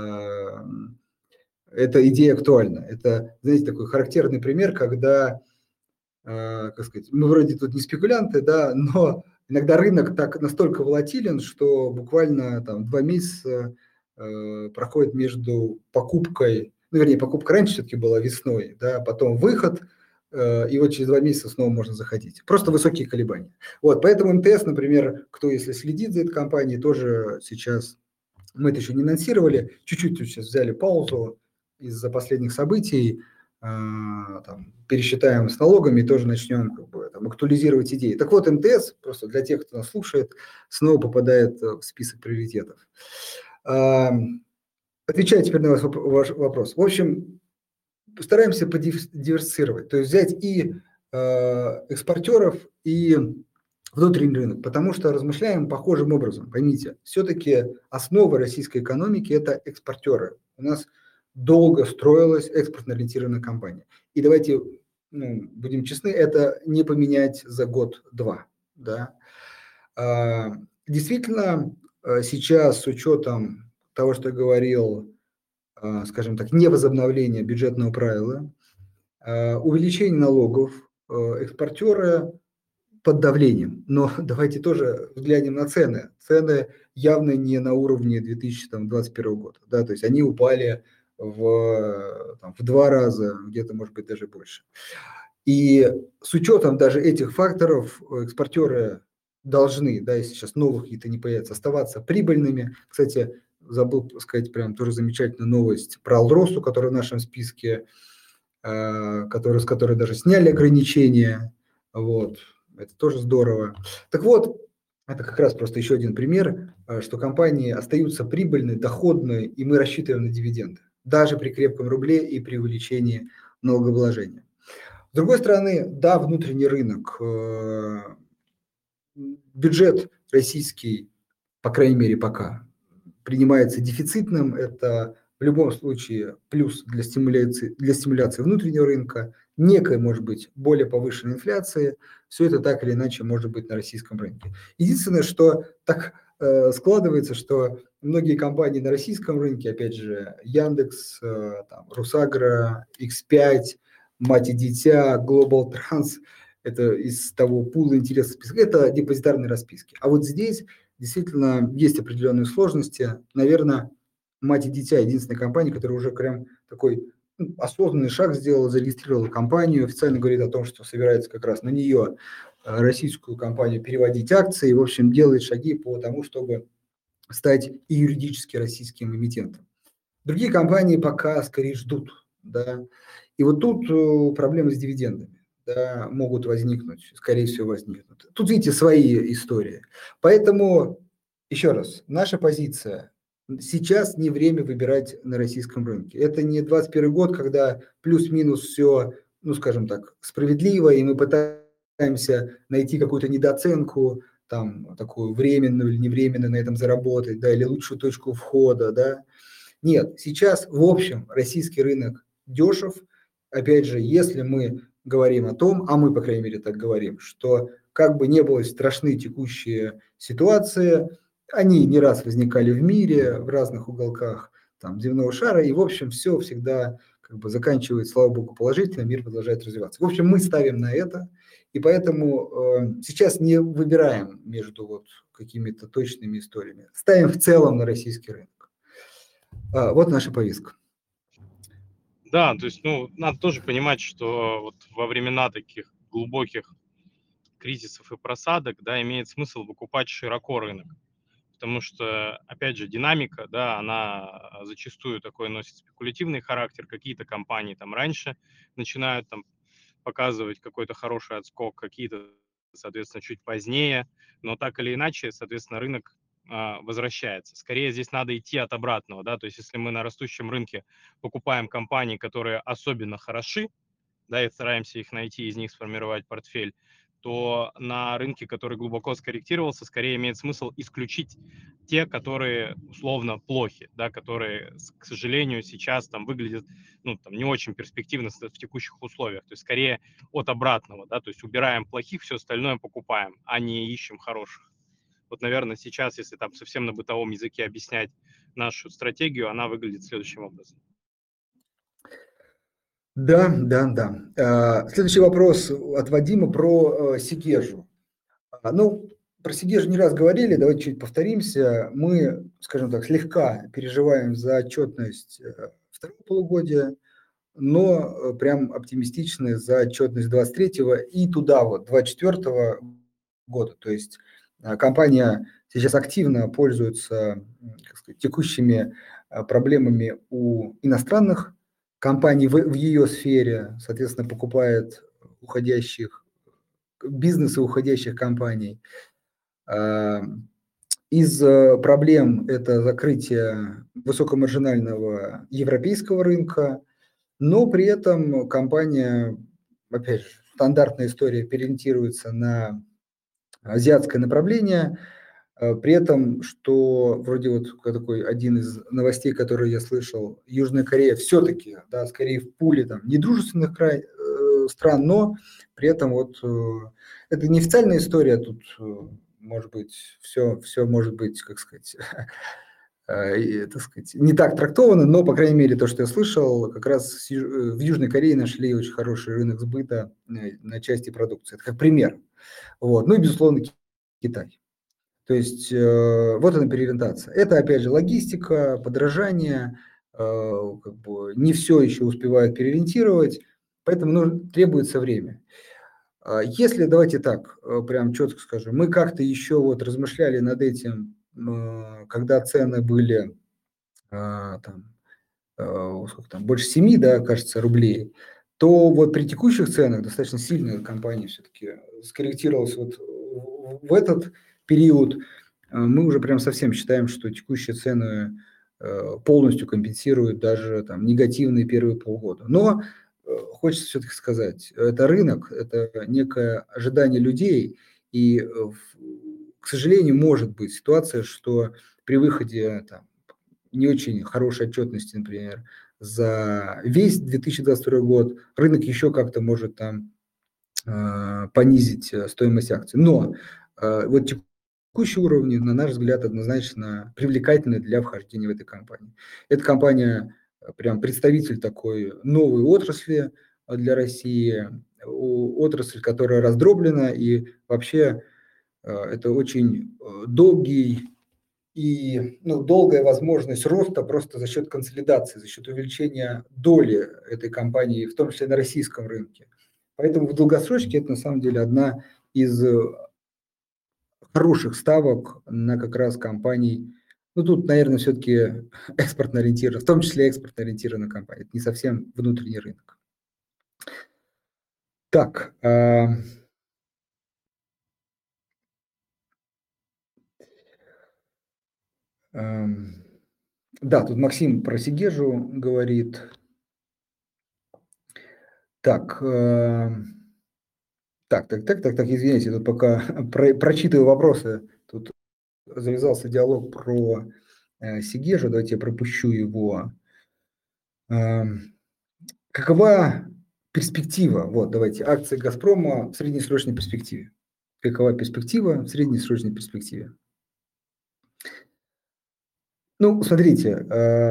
эта идея актуальна. Это, знаете, такой характерный пример, когда, как сказать, мы вроде тут не спекулянты, да, но иногда рынок так настолько волатилен, что буквально там 2 месяца проходит между покупкой, ну, вернее, покупка раньше все-таки была весной, да, потом выход, и вот через 2 месяца снова можно заходить. Просто высокие колебания. Вот, поэтому МТС, например, кто если следит за этой компанией, тоже сейчас Мы это еще не анонсировали, чуть-чуть сейчас взяли паузу из-за последних событий, там, пересчитаем с налогами и тоже начнем как бы, там, актуализировать идеи. Так вот, МТС, просто для тех, кто нас слушает, снова попадает в список приоритетов. Отвечаю теперь на ваш вопрос. В общем, постараемся диверсифицировать, то есть взять и экспортеров, и внутренний рынок, потому что размышляем похожим образом. Поймите, все-таки основа российской экономики – это экспортеры. У нас долго строилась экспортно-ориентированная компания. И давайте будем честны, это не поменять за год-два. Да? Действительно, сейчас с учетом того, что я говорил, скажем так, невозобновления бюджетного правила, увеличение налогов, экспортеры под давлением. Но давайте тоже взглянем на цены. Цены явно не на уровне 2021 года. Да, то есть они упали в 2 раза, где-то, может быть, даже больше. И с учетом даже этих факторов экспортеры должны, да, если сейчас новых какие-то не появятся, оставаться прибыльными. Кстати, забыл сказать прям тоже замечательную новость про Алросу, которая в нашем списке, с которой даже сняли ограничения. Вот. Это тоже здорово. Так вот, это как раз просто еще один пример, что компании остаются прибыльны, доходны, и мы рассчитываем на дивиденды, даже при крепком рубле и при увеличении налогообложения. С другой стороны, да, внутренний рынок, бюджет российский, по крайней мере, пока принимается дефицитным. Это в любом случае плюс для стимуляции внутреннего рынка, некой, может быть, более повышенной инфляции. Все это так или иначе может быть на российском рынке. Единственное, что так складывается, что многие компании на российском рынке, опять же, Яндекс, Русагра, X5, Мать и Дитя, Global Trans, это из того пула интересов списка, это депозитарные расписки. А вот здесь действительно есть определенные сложности. Наверное, Мать и Дитя единственная компания, которая уже прям такой осознанный шаг сделала, зарегистрировала компанию, официально говорит о том, что собирается как раз на нее, российскую компанию, переводить акции, в общем, делает шаги по тому, чтобы стать и юридически российским эмитентом. Другие компании пока скорее ждут, да. И вот тут проблемы с дивидендами, да, могут возникнуть, скорее всего, возникнут. Тут, видите, свои истории. Поэтому, еще раз, наша позиция: сейчас не время выбирать на российском рынке. Это не 21 год, когда плюс-минус все, скажем так, справедливо, и мы пытаемся найти какую-то недооценку, там, такую временную или невременную на этом заработать, да, или лучшую точку входа, да. Нет, сейчас в общем российский рынок дешев. Опять же, если мы говорим о том, а мы, по крайней мере, так говорим, что как бы не было страшны текущие ситуации, они не раз возникали в мире, в разных уголках земного шара, и, в общем, все всегда как бы заканчивается, слава богу, положительно, мир продолжает развиваться. В общем, мы ставим на это, и поэтому сейчас не выбираем между какими-то точными историями, ставим в целом на российский рынок. Вот наша повестка. Да, то есть, надо тоже понимать, что вот во времена таких глубоких кризисов и просадок, да, имеет смысл выкупать широко рынок. Потому что, опять же, динамика, да, она зачастую такой носит спекулятивный характер. Какие-то компании там раньше начинают там показывать какой-то хороший отскок, какие-то, соответственно, чуть позднее. Но так или иначе, соответственно, рынок возвращается. Скорее здесь надо идти от обратного, да, то есть если мы на растущем рынке покупаем компании, которые особенно хороши, да, и стараемся их найти, из них сформировать портфель, то на рынке, который глубоко скорректировался, скорее имеет смысл исключить те, которые условно плохи, да, которые, к сожалению, сейчас там выглядят не очень перспективно в текущих условиях. То есть скорее от обратного, да, то есть убираем плохих, все остальное покупаем, а не ищем хороших. Вот, наверное, сейчас, если там совсем на бытовом языке объяснять нашу стратегию, она выглядит следующим образом. Да. Следующий вопрос от Вадима про Сигежу. Про Сигежу не раз говорили, давайте чуть повторимся. Мы, скажем так, слегка переживаем за отчетность второго полугодия, но прям оптимистичны за отчетность 23-го и туда 24-го года. То есть компания сейчас активно пользуются, как сказать, текущими проблемами у иностранных компаний в ее сфере, соответственно, покупает уходящих бизнесы уходящих компаний. А, Из проблем это закрытие высокомаржинального европейского рынка, но при этом компания, опять же, стандартная история, переориентируется на азиатское направление. При этом, что вроде вот такой один из новостей, который я слышал, Южная Корея все-таки, да, скорее в пуле там недружественных стран, но при этом вот это не официальная история, тут может быть все может быть, как сказать, так сказать, не так трактовано, но, по крайней мере, то, что я слышал, как раз в Южной Корее нашли очень хороший рынок сбыта на части продукции. Это как пример. Вот. Ну и, безусловно, Китай. То есть вот она переориентация. Это, опять же, логистика, подражание, как бы не все еще успевают переориентировать, поэтому требуется время. Если, давайте так, прям четко скажу, мы как-то еще вот размышляли над этим, когда цены были там, сколько там, больше 7, да, кажется, рублей, то вот при текущих ценах достаточно сильно компания все-таки скорректировалась вот в этот период. Мы уже прям совсем считаем, что текущие цены полностью компенсируют даже там негативные первые полгода. Но хочется все-таки сказать, это рынок, это некое ожидание людей, и, к сожалению, может быть ситуация, что при выходе там, не очень хорошей отчетности, например, за весь 2022 год, рынок еще как-то может там понизить стоимость акций. Но вот текущие уровни, на наш взгляд, однозначно привлекательны для вхождения в эту компанию. Эта компания прям представитель такой новой отрасли для России, отрасль, которая раздроблена, и вообще это очень долгий и долгая возможность роста просто за счет консолидации, за счет увеличения доли этой компании, в том числе на российском рынке. Поэтому в долгосрочке это на самом деле одна из хороших ставок на как раз компаний. Ну, тут, наверное, все-таки экспортно ориентированная, в том числе экспортно ориентированная компания. Это не совсем внутренний рынок. Так, да, тут Максим про Сигежу говорит. Так, так, извините, тут пока прочитываю вопросы, тут завязался диалог про Сигежу, давайте я пропущу его. Какова перспектива, вот давайте, акции «Газпрома» в среднесрочной перспективе? Какова перспектива в среднесрочной перспективе? Ну, смотрите,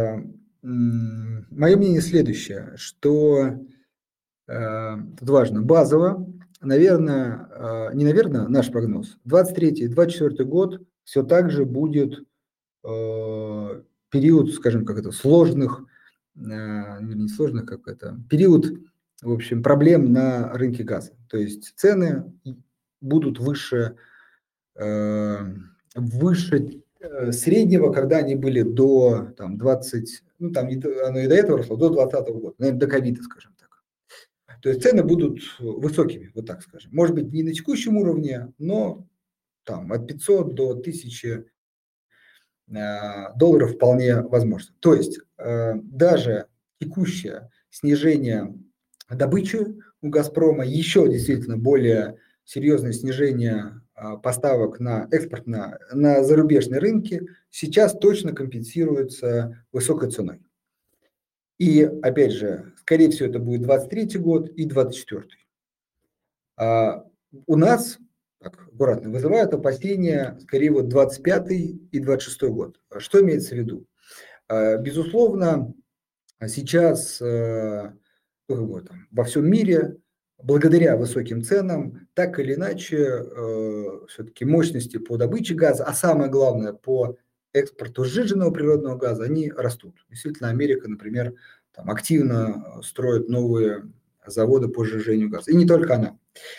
мое мнение следующее, что тут важно, базово, наверное, не наверное, наш прогноз, 23-24 год все так же будет период, скажем, как это, сложных, не сложных, как это, период, в общем, проблем на рынке газа. То есть цены будут выше, выше среднего, когда они были до там, 20, ну там оно и до этого росло, до 2020 года, наверное, до ковида, скажем так. То есть цены будут высокими, вот так скажем. Может быть, не на текущем уровне, но там от 500 до 1000 долларов вполне возможно. То есть даже текущее снижение добычи у «Газпрома», еще действительно более серьезное снижение поставок на экспорт на зарубежные рынки сейчас точно компенсируется высокой ценой. И опять же, скорее всего, это будет 23 год и 24. У нас, так, аккуратно, вызывают опасения скорее вот 25 и 26 год. Что имеется в виду? Безусловно, сейчас во всем мире, благодаря высоким ценам, так или иначе, все-таки мощности по добыче газа, а самое главное, по экспорту сжиженного природного газа, они растут. Действительно, Америка, например, там активно строит новые заводы по сжижению газа. И не только она.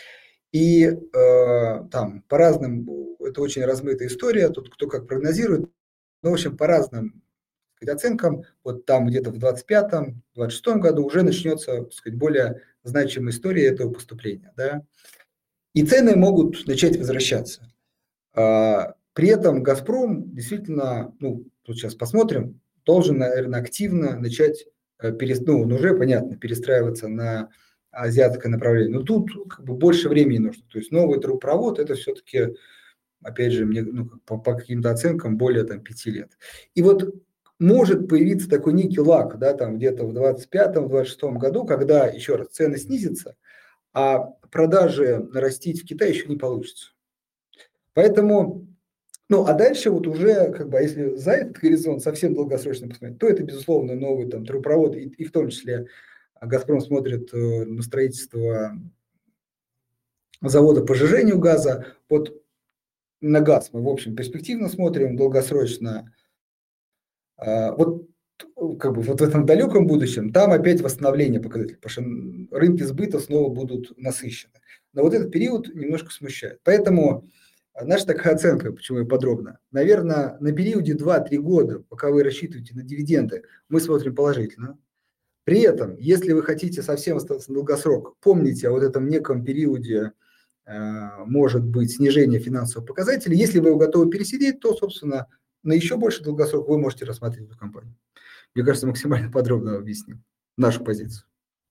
И там по разным, это очень размытая история, тут кто как прогнозирует, но, в общем, по разным сказать, оценкам, вот там где-то в 25-26 году уже начнется, так сказать, более значимая история этого поступления. Да? И цены могут начать возвращаться. При этом «Газпром» действительно, ну, тут сейчас посмотрим, должен, наверное, активно начать, ну, он уже, понятно, перестраиваться на азиатское направление. Но тут как бы больше времени нужно. То есть новый трубопровод – это все-таки, опять же, мне, ну, по каким-то оценкам более там, 5 лет. И вот может появиться такой некий лаг, да, там где-то в 25-26 году, когда, еще раз, цены снизятся, а продажи нарастить в Китае еще не получится. Поэтому, ну, а дальше вот уже, как бы, а если за этот горизонт совсем долгосрочно посмотреть, то это, безусловно, новый там трубопровод, и в том числе «Газпром» смотрит на строительство завода по сжижению газа. Вот на газ мы, в общем, перспективно смотрим, долгосрочно. Вот как бы вот в этом далеком будущем там опять восстановление показателей, потому что рынки сбыта снова будут насыщены. Но вот этот период немножко смущает. Поэтому наша такая оценка, почему я подробно. Наверное, на периоде 2-3 года, пока вы рассчитываете на дивиденды, мы смотрим положительно. При этом, если вы хотите совсем остаться на долгосрок, помните о вот этом неком периоде, может быть, снижения финансовых показателей. Если вы его готовы пересидеть, то, собственно, на еще больше долгосрок вы можете рассматривать эту компанию. Мне кажется, максимально подробно объяснил нашу позицию.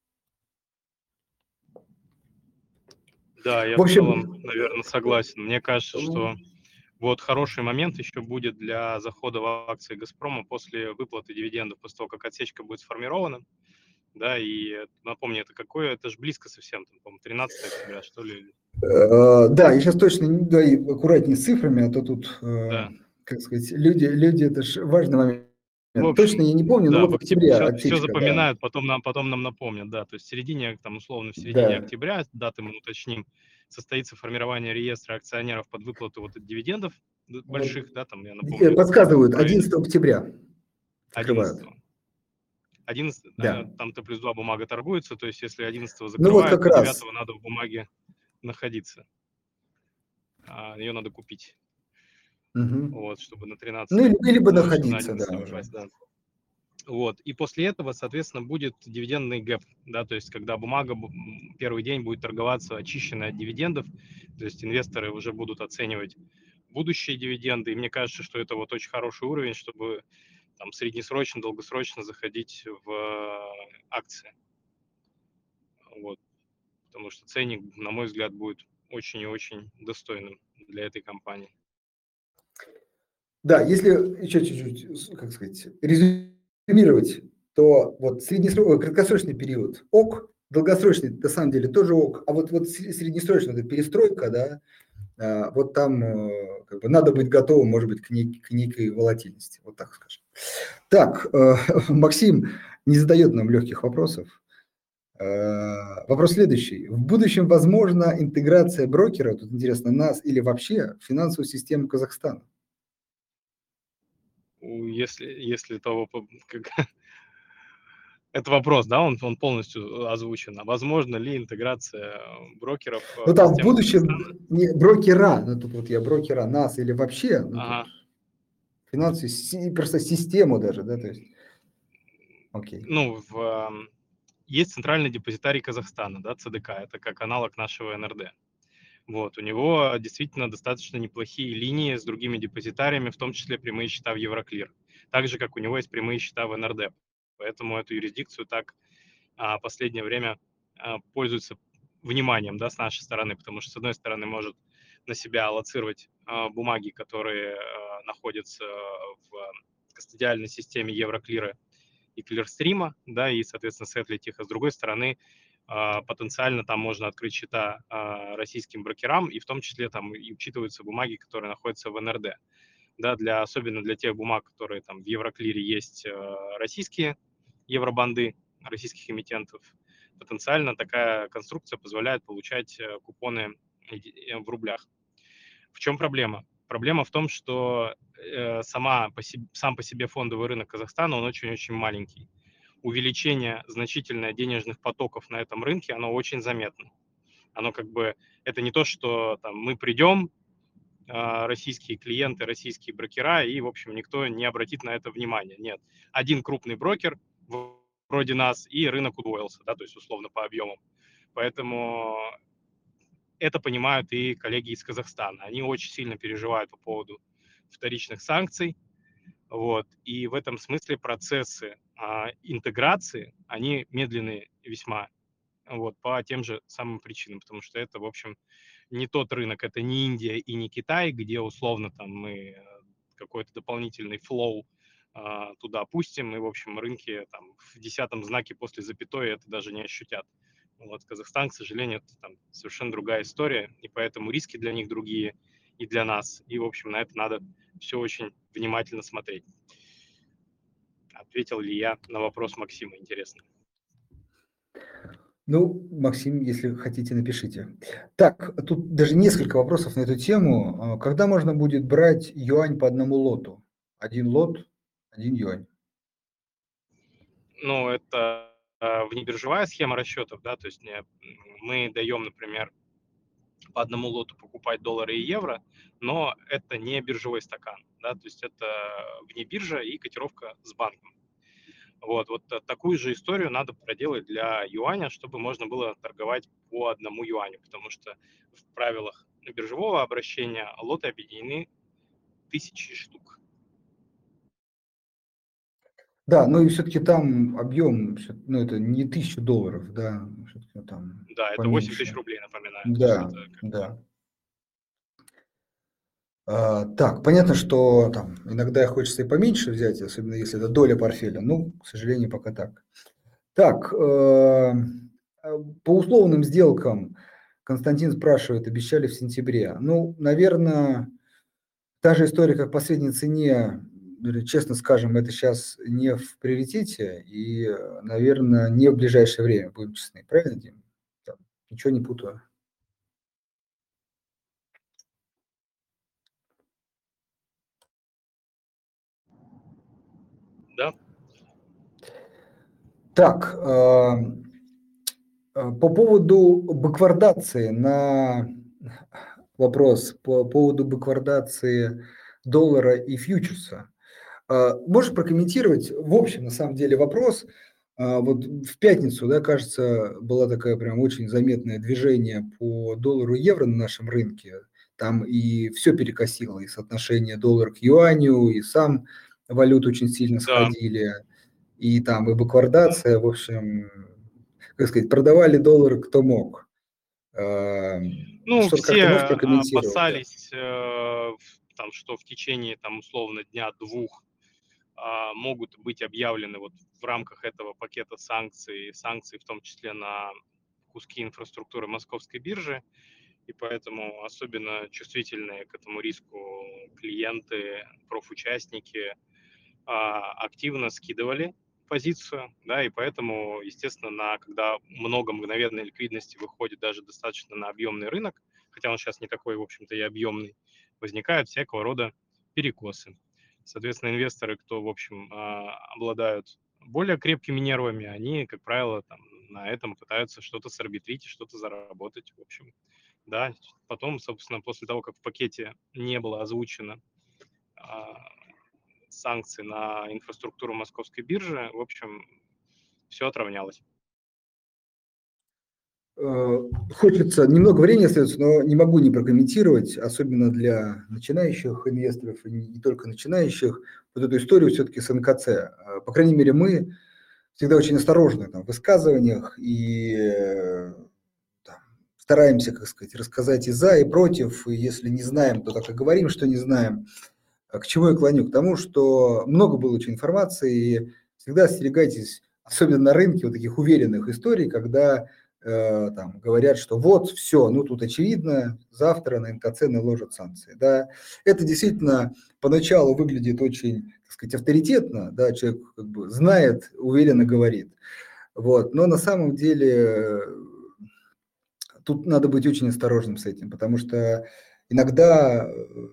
Да, я В в целом, общем, наверное, согласен. Мне кажется, что вот хороший момент еще будет для захода в акции «Газпрома» после выплаты дивидендов, после того, как отсечка будет сформирована. Да, и напомню, это какое? Это же близко совсем, там, по-моему, 13 октября, что ли? да, я сейчас точно, да, и аккуратнее с цифрами, а то тут, Да. как сказать, люди, это же важный момент. В Точно общем, я не помню, но да, вот в в октябре октябре все отсечка, да. запоминают, потом нам напомнят, да. То есть в середине, там, условно, в середине Да. октября, даты мы уточним, состоится формирование реестра акционеров под выплату вот дивидендов Вот, больших, да, там, я напомню, это цифры подсказывают, правильные, 11 октября закрывают. 11. 11, Да. там Т+2 бумага торгуется, то есть если 11 Ну вот закрывают, как то раз. 9 надо в бумаге находиться, ее надо купить, Мгм. вот, чтобы на Ну, 13, или бы ну, чтобы на находиться, да, 11 уже. попасть, да. Вот. И после этого, соответственно, будет дивидендный гэп, да, то есть когда бумага первый день будет торговаться очищенная от дивидендов, то есть инвесторы уже будут оценивать будущие дивиденды, и мне кажется, что это вот очень хороший уровень, чтобы там среднесрочно, долгосрочно заходить в акции, вот, потому что ценник, на мой взгляд, будет очень и очень достойным для этой компании. Да, если еще чуть-чуть, как сказать, резюмировать, то вот краткосрочный период ок, долгосрочный на самом деле тоже ок, а вот среднесрочная эта перестройка, да, вот там как бы надо быть готовым, может быть, к некой волатильности, вот так скажем. Так, Максим не задает нам легких вопросов. Вопрос следующий. В будущем возможна интеграция брокера, тут интересно, нас или вообще в финансовую систему Казахстана? Если того, как, это вопрос, да, он полностью озвучен. А возможно ли интеграция брокеров Ну, в там в систему будущем Казахстана? не брокера, ну, тут вот я брокера, нас или вообще, ну, тут Ага. финансовую, просто систему даже, да, то есть, окей. Ну, есть Центральный депозитарий Казахстана, да, ЦДК, это как аналог нашего НРД. Вот, у него действительно достаточно неплохие линии с другими депозитариями, в том числе прямые счета в Евроклир. Так же, как у него есть прямые счета в НРД. Поэтому эту юрисдикцию так последнее время пользуется вниманием, да, с нашей стороны, потому что, с одной стороны, может на себя аллоцировать бумаги, которые находятся в кастодиальной системе Евроклира и Клирстрима, да, и, соответственно, сетлить их, а с другой стороны, потенциально там можно открыть счета российским брокерам, и в том числе там и учитываются бумаги, которые находятся в НРД. Да, особенно для тех бумаг, которые там в Евроклире есть российские евробанды российских эмитентов, потенциально такая конструкция позволяет получать купоны в рублях. В чем проблема? Проблема в том, что сам по себе фондовый рынок Казахстана, он очень-очень маленький. Увеличение значительное денежных потоков на этом рынке, оно очень заметно. Оно как бы, это не то, что там мы придем, российские клиенты, российские брокера, и, в общем, никто не обратит на это внимания. Нет. Один крупный брокер, вроде нас, и рынок удвоился, да, то есть условно по объемам. Поэтому это понимают и коллеги из Казахстана. Они очень сильно переживают по поводу вторичных санкций. Вот. И в этом смысле процессы интеграции, они медленные весьма, вот, по тем же самым причинам, потому что это, в общем, не тот рынок, это не Индия и не Китай, где условно там мы какой-то дополнительный флоу туда пустим, и, в общем, рынки там в 10 знаке после запятой это даже не ощутят. Вот, Казахстан, к сожалению, это там совершенно другая история, и поэтому риски для них другие и для нас. И, в общем, на это надо все очень внимательно смотреть. Ответил ли я на вопрос Максима, интересно? Ну, Максим, если хотите, напишите. Так, тут даже несколько вопросов на эту тему. Когда можно будет брать юань по одному лоту? Один лот, один юань. Ну, это внебиржевая схема расчетов, да, то есть мы даем, например, по одному лоту покупать доллары и евро, но это не биржевой стакан, да, то есть это вне биржа и котировка с банком. Вот такую же историю надо проделать для юаня, чтобы можно было торговать по одному юаню, потому что в правилах биржевого обращения лоты объединены 1000 штук. Да, ну и все-таки там объем, ну это не $1000, да, все-таки там Да, это 8000 поменьше. рублей, напоминаю. То есть Да, это как бы... да. Так, понятно, что там иногда хочется и поменьше взять, особенно если это доля портфеля. Ну, к сожалению, пока так. Так, по условным сделкам Константин спрашивает, обещали в сентябре. Ну, наверное, та же история, как в последней цене, честно скажем, это сейчас не в приоритете и, наверное, не в ближайшее время, будем честны. Правильно, Дим? Там, ничего не путаю. Да, Так, по поводу бэквардации на вопрос по поводу бэквардации доллара и фьючерса. Можешь прокомментировать, в общем, на самом деле вопрос. Вот в пятницу, да, кажется, была такая прям очень заметное движение по доллару и евро на нашем рынке. Там и все перекосило, и соотношение доллара к юаню, и сам валюты очень сильно да. сходили, и там и бэквардация, в общем, как сказать, продавали доллары кто мог. Ну, Что-то как-то можешь все прокомментировать, да? опасались, там, что в течение, там, условно, дня-двух могут быть объявлены вот в рамках этого пакета санкций в том числе на куски инфраструктуры московской биржи, и поэтому особенно чувствительные к этому риску клиенты, профучастники активно скидывали позицию, да, и поэтому, естественно, когда много мгновенной ликвидности выходит даже достаточно на объемный рынок, хотя он сейчас не такой, в общем-то, и объемный, возникают всякого рода перекосы. Соответственно, инвесторы, кто, в общем, обладают более крепкими нервами, они, как правило, там, на этом пытаются что-то сарбитрить и что-то заработать, в общем. Да, потом, собственно, после того, как в пакете не было озвучено санкций на инфраструктуру московской биржи, в общем, все отравнялось. Хочется, немного времени остается, но не могу не прокомментировать, особенно для начинающих инвесторов, и не только начинающих, вот эту историю все-таки с НКЦ. По крайней мере, мы всегда очень осторожны там, в высказываниях и там, стараемся, как сказать, рассказать и за, и против, и если не знаем, то так и говорим, что не знаем. К чему я клоню? К тому, что много было очень информации, и всегда остерегайтесь, особенно на рынке, вот таких уверенных историй, когда там говорят, что вот все, ну тут очевидно, завтра на НКЦ наложат санкции. Да. Это действительно поначалу выглядит очень, так сказать, авторитетно, да, человек как бы знает, уверенно говорит. Вот. Но на самом деле тут надо быть очень осторожным с этим, потому что иногда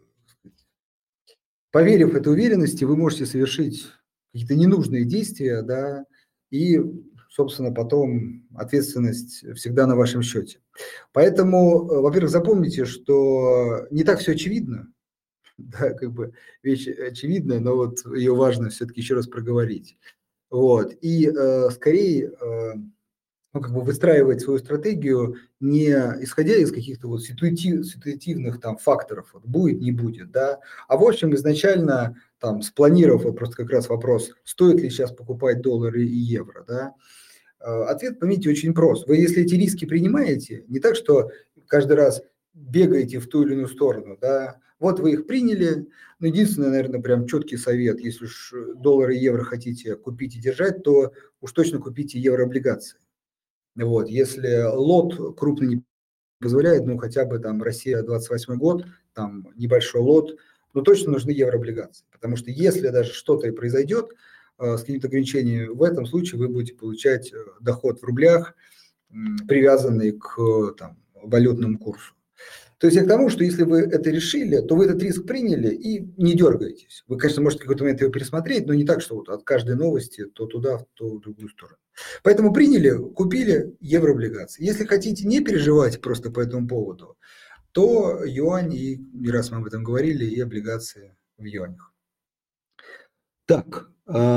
поверив этой уверенности, вы можете совершить какие-то ненужные действия, да, и, собственно, потом ответственность всегда на вашем счете. Поэтому, во-первых, запомните, что не так все очевидно, да, как бы вещь очевидная, но вот ее важно все-таки еще раз проговорить. Вот. И скорее ну, как бы выстраивать свою стратегию не исходя из каких-то вот ситуативных там факторов, вот будет, не будет, да, а в общем изначально там спланировав, вот просто как раз вопрос, стоит ли сейчас покупать доллары и евро, да, ответ, поймите, очень прост. Вы, если эти риски принимаете, не так, что каждый раз бегаете в ту или иную сторону, да, вот вы их приняли, но единственный, наверное, прям четкий совет, если уж доллары и евро хотите купить и держать, то уж точно купите еврооблигации. Вот, если лот крупный не позволяет, ну, хотя бы там Россия 28 год, там небольшой лот, но точно нужны еврооблигации, потому что если даже что-то и произойдет с какими-то ограничениями, в этом случае вы будете получать доход в рублях, привязанный к там, валютному курсу. То есть я к тому, что если вы это решили, то вы этот риск приняли и не дергаетесь. Вы, конечно, можете в какой-то момент его пересмотреть, но не так, что вот от каждой новости то туда, то в другую сторону. Поэтому приняли, купили еврооблигации. Если хотите не переживать просто по этому поводу, то юань, и не раз мы об этом говорили, и облигации в юанях. Так,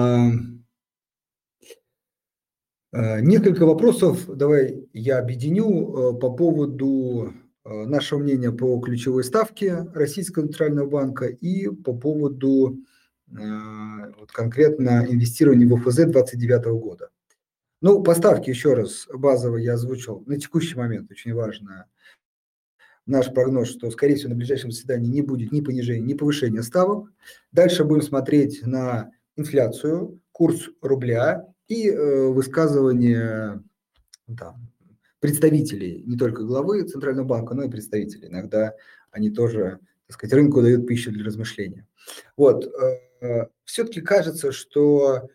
несколько вопросов давай я объединю по поводу нашего мнения по ключевой ставке Российского центрального банка и по поводу вот конкретно инвестирования в ОФЗ 2029 года. Ну, по ставке еще раз базово я озвучил на текущий момент, очень важно, наш прогноз, что, скорее всего, на ближайшем заседании не будет ни понижения, ни повышения ставок. Дальше будем смотреть на инфляцию, курс рубля и высказывания там, представителей, не только главы Центрального банка, но и представителей. Иногда они тоже, так сказать, рынку дают пищу для размышления. Вот. Все-таки кажется, что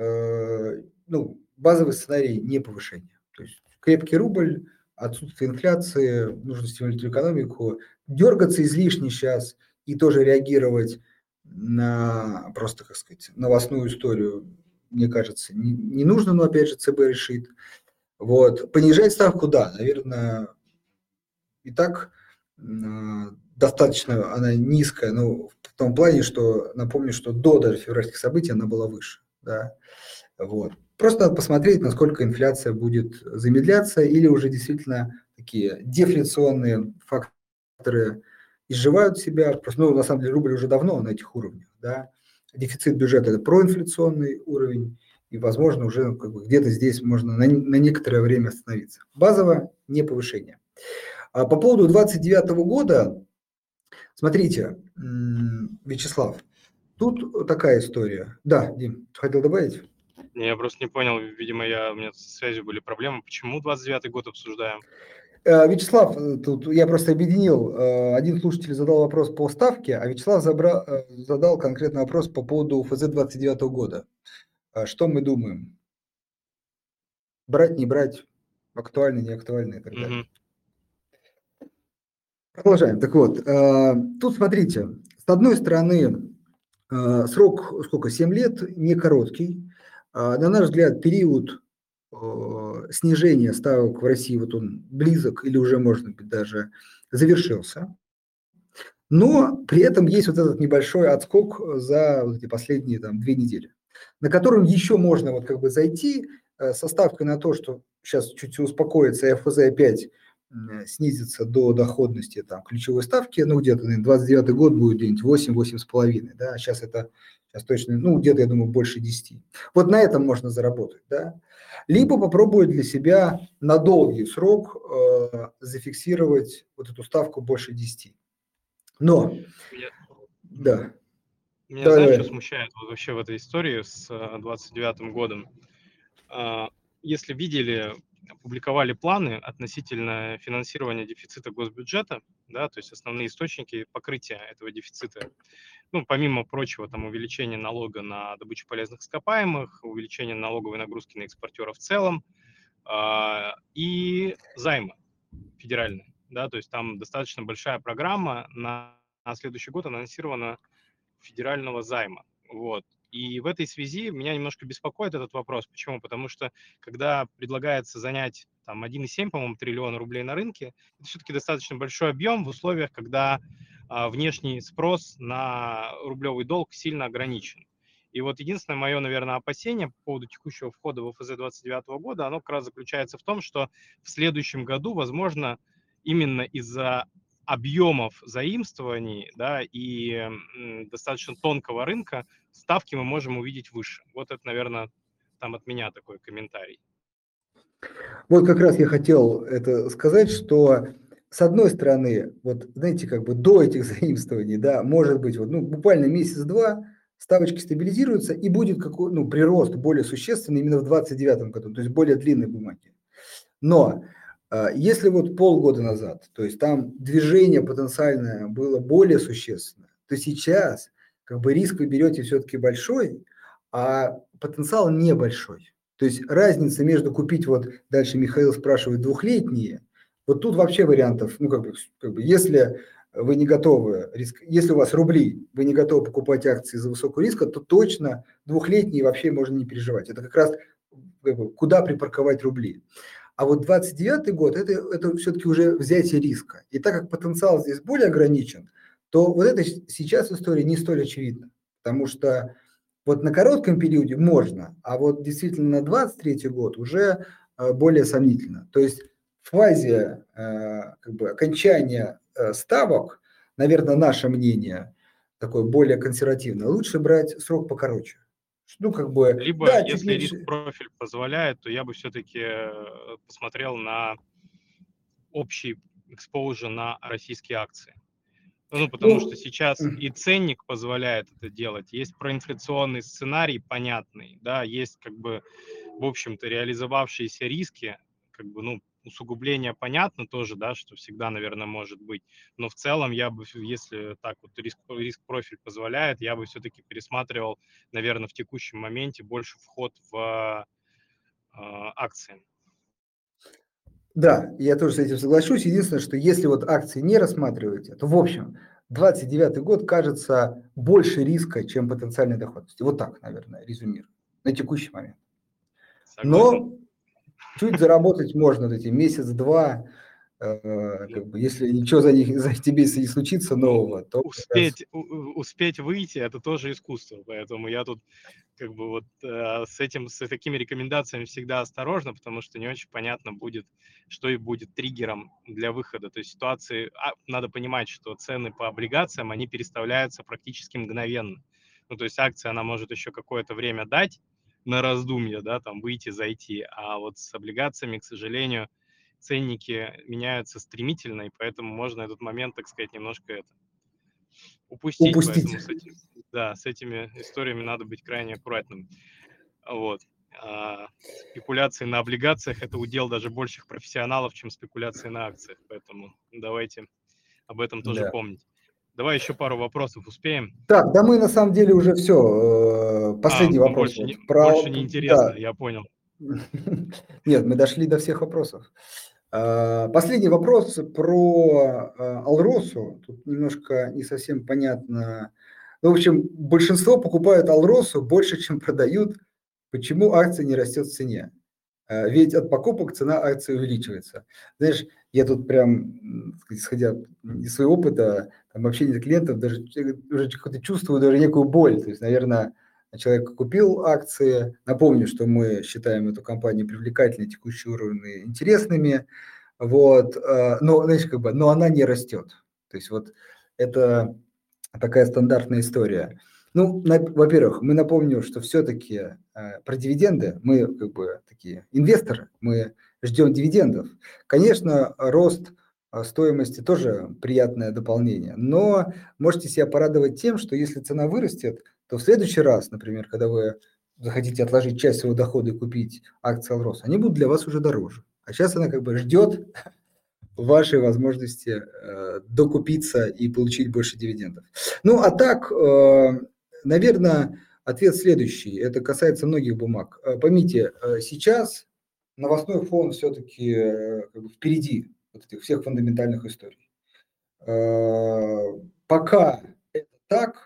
ну, базовый сценарий не повышение. То есть крепкий рубль, отсутствие инфляции, нужно стимулировать экономику, дергаться излишне сейчас и тоже реагировать на просто, как сказать, новостную историю, мне кажется, не нужно, но опять же ЦБ решит. Вот. Понижать ставку, да, наверное, и так достаточно она низкая, но в том плане, что, напомню, что до даже февральских событий она была выше. Да. Вот. Просто надо посмотреть, насколько инфляция будет замедляться или уже действительно такие дефляционные факторы изживают себя. Просто, ну, на самом деле рубль уже давно на этих уровнях. Да. Дефицит бюджета – это проинфляционный уровень, и, возможно, уже как бы где-то здесь можно на некоторое время остановиться. Базово не повышение. А по поводу 29 года, смотрите, Вячеслав, тут такая история. Да, Дим, хотел добавить? Я просто не понял, видимо, у меня со связью были проблемы. Почему 29-й год обсуждаем? Вячеслав, тут я просто объединил. Один слушатель задал вопрос по ставке, а Вячеслав задал конкретный вопрос по поводу ФЗ 29 года. Что мы думаем? Брать, не брать, актуально, не актуально и так далее. Продолжаем. Так вот, тут смотрите, с одной стороны, срок, сколько, 7 лет, не короткий. На наш взгляд, период снижения ставок в России, вот он близок или уже, может быть, даже завершился. Но при этом есть вот этот небольшой отскок за вот эти последние там 2 недели, на котором еще можно вот как бы зайти со ставкой на то, что сейчас чуть успокоится, и ФЗ опять снизится до доходности там, ключевой ставки, ну где-то, наверное, 29 год будет где-нибудь 8-8,5, да, а сейчас это, сейчас точно, ну где-то, я думаю, больше 10. Вот на этом можно заработать, да. Либо попробовать для себя на долгий срок зафиксировать вот эту ставку больше 10. Но, да. Меня, знаешь, что Давай. смущает вот вообще в этой истории с 29-м годом? Если видели, опубликовали планы относительно финансирования дефицита госбюджета, да, то есть основные источники покрытия этого дефицита, ну, помимо прочего, там, увеличение налога на добычу полезных ископаемых, увеличение налоговой нагрузки на экспортеров в целом и займы федеральные, да, то есть там достаточно большая программа на следующий год анонсирована федерального займа. Вот. И в этой связи меня немножко беспокоит этот вопрос. Почему? Потому что когда предлагается занять там 1,7, по-моему, триллиона рублей на рынке, это все-таки достаточно большой объем в условиях, когда внешний спрос на рублевый долг сильно ограничен. И вот единственное мое, наверное, опасение по поводу текущего входа в ОФЗ 2029 года, оно как раз заключается в том, что в следующем году, возможно, именно из-за объемов заимствований, да, и достаточно тонкого рынка ставки мы можем увидеть выше. Вот это, наверное, там от меня такой комментарий. Вот как раз я хотел это сказать, что с одной стороны, вот знаете, как бы до этих заимствований, да, может быть, вот, ну, буквально месяц-два ставочки стабилизируются и будет какой, ну, прирост более существенный именно в 2029 году, то есть более длинной бумаги. Но если вот полгода назад, то есть там движение потенциальное было более существенное, то сейчас как бы риск вы берете все-таки большой, а потенциал небольшой. То есть разница между купить, вот дальше Михаил спрашивает, двухлетние, вот тут вообще вариантов, ну как бы если вы не готовы, если у вас рубли, вы не готовы покупать акции за высокого риска, то точно двухлетние вообще можно не переживать. Это как раз как бы, куда припарковать рубли. А вот 29 год это все-таки уже взятие риска. И так как потенциал здесь более ограничен, то вот это сейчас история не столь очевидна. Потому что вот на коротком периоде можно, а вот действительно на 23 год уже более сомнительно. То есть в фазе как бы окончания ставок, наверное, наше мнение такое более консервативное, лучше брать срок покороче. Ну, как бы, Либо, да, чуть если меньше. риск-профиль позволяет, то я бы все-таки посмотрел на общий exposure на российские акции. Ну, потому что Ну, сейчас и ценник позволяет это делать, есть проинфляционный сценарий понятный, да, есть как бы, в общем-то, реализовавшиеся риски, как бы, ну, усугубление понятно тоже, да, что всегда, наверное, может быть, но в целом я бы, если так вот риск-профиль позволяет, я бы все-таки пересматривал, наверное, в текущем моменте больше вход в акции. да, я тоже с этим соглашусь. Единственное, что если вот акции не рассматриваете, то, в общем, 29 год кажется больше риска, чем потенциальной доходности. Вот так, наверное, резюмирую на текущий момент. Согласен? Но чуть заработать можно, вот эти месяц-два, Ну, как бы, если ничего за тебе не случится ну, нового, то как раз. успеть выйти – это тоже искусство, поэтому я тут как бы вот с такими рекомендациями всегда осторожно, потому что не очень понятно будет, что и будет триггером для выхода. То есть ситуации, надо понимать, что цены по облигациям, они переставляются практически мгновенно. Ну, то есть акция, она может еще какое-то время дать на раздумье, да, там выйти, зайти, а вот с облигациями, к сожалению, ценники меняются стремительно, и поэтому можно этот момент, так сказать, немножко упустить, Упустить. поэтому да, с этими историями надо быть крайне аккуратным. Вот. Спекуляции на облигациях – это удел даже больших профессионалов, чем спекуляции на акциях, поэтому давайте об этом тоже Да. помнить. Давай еще пару вопросов успеем. Так, да мы на самом деле уже все. Последний вопрос. Больше Вот, больше не интересно, да. я понял. Нет, мы дошли до всех вопросов. Последний вопрос про Алросу. Тут немножко не совсем понятно. Ну, в общем, большинство покупают Алросу больше, чем продают. Почему акция не растет в цене? Ведь от покупок цена акции увеличивается. Знаешь, я тут прям, исходя из своего опыта, там, общения с клиентов, даже уже какое-то чувствую даже некую боль. То есть, наверное, человек купил акции. Напомню, что мы считаем эту компанию привлекательной, текущие уровни интересными. Вот, но, знаешь, как бы, но она не растет. То есть вот это такая стандартная история. Ну, во-первых, мы напомним, что все-таки про дивиденды мы как бы такие инвесторы, мы ждем дивидендов. Конечно, рост стоимости тоже приятное дополнение, но можете себя порадовать тем, что если цена вырастет, то в следующий раз, например, когда вы захотите отложить часть своего дохода и купить акции Алрос, они будут для вас уже дороже. А сейчас она как бы ждет вашей возможности докупиться и получить больше дивидендов. Ну, а так, наверное, ответ следующий. Это касается многих бумаг. Поймите, сейчас новостной фон все-таки как бы впереди вот этих всех фундаментальных историй. Пока это так,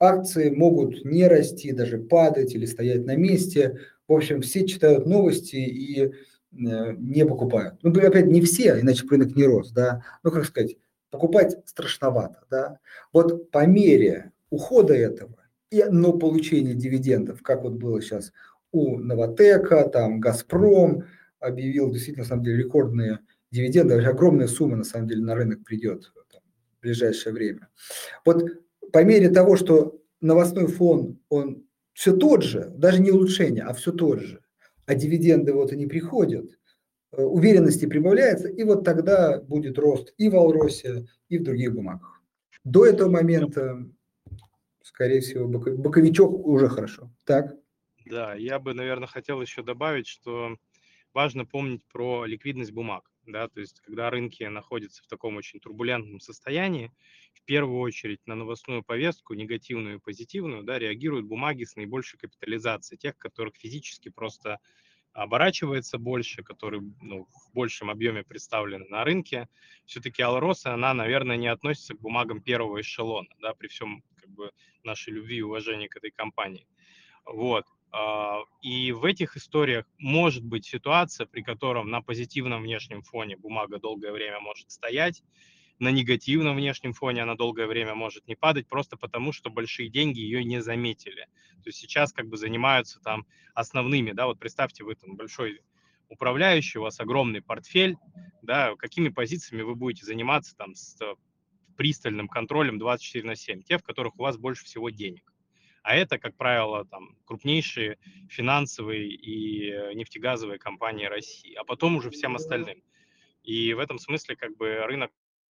акции могут не расти, даже падать или стоять на месте. В общем, все читают новости и не покупают. Ну, опять не все, иначе бы рынок не рос, да. Ну, как сказать, покупать страшновато, да. Вот по мере ухода этого, но получения дивидендов, как вот было сейчас у Новотека, там Газпром объявил действительно, на самом деле, рекордные дивиденды, огромная сумма, на самом деле, на рынок придет там, в ближайшее время. Вот по мере того, что новостной фон, он все тот же, даже не улучшение, а все тот же, а дивиденды вот и не приходят, уверенности прибавляется, и вот тогда будет рост и в Алросе, и в других бумагах. До этого момента, скорее всего, боковичок уже хорошо. Так? Да, я бы, наверное, хотел еще добавить, что важно помнить про ликвидность бумаг. Да, то есть, когда рынки находятся в таком очень турбулентном состоянии, в первую очередь на новостную повестку, негативную и позитивную, да, реагируют бумаги с наибольшей капитализацией, тех, которых физически просто оборачивается больше, которые ну, в большем объеме представлены на рынке. Все-таки Алроса, она, наверное, не относится к бумагам первого эшелона, да, при всем как бы, нашей любви и уважении к этой компании. Вот. И в этих историях может быть ситуация, при котором на позитивном внешнем фоне бумага долгое время может стоять, на негативном внешнем фоне она долгое время может не падать, просто потому что большие деньги ее не заметили. То есть сейчас как бы занимаются там основными, да, вот представьте, вы там большой управляющий, у вас огромный портфель, да, какими позициями вы будете заниматься там с пристальным контролем 24/7, те, в которых у вас больше всего денег. А это, как правило, там, крупнейшие финансовые и нефтегазовые компании России, а потом уже всем остальным. И в этом смысле как бы рынок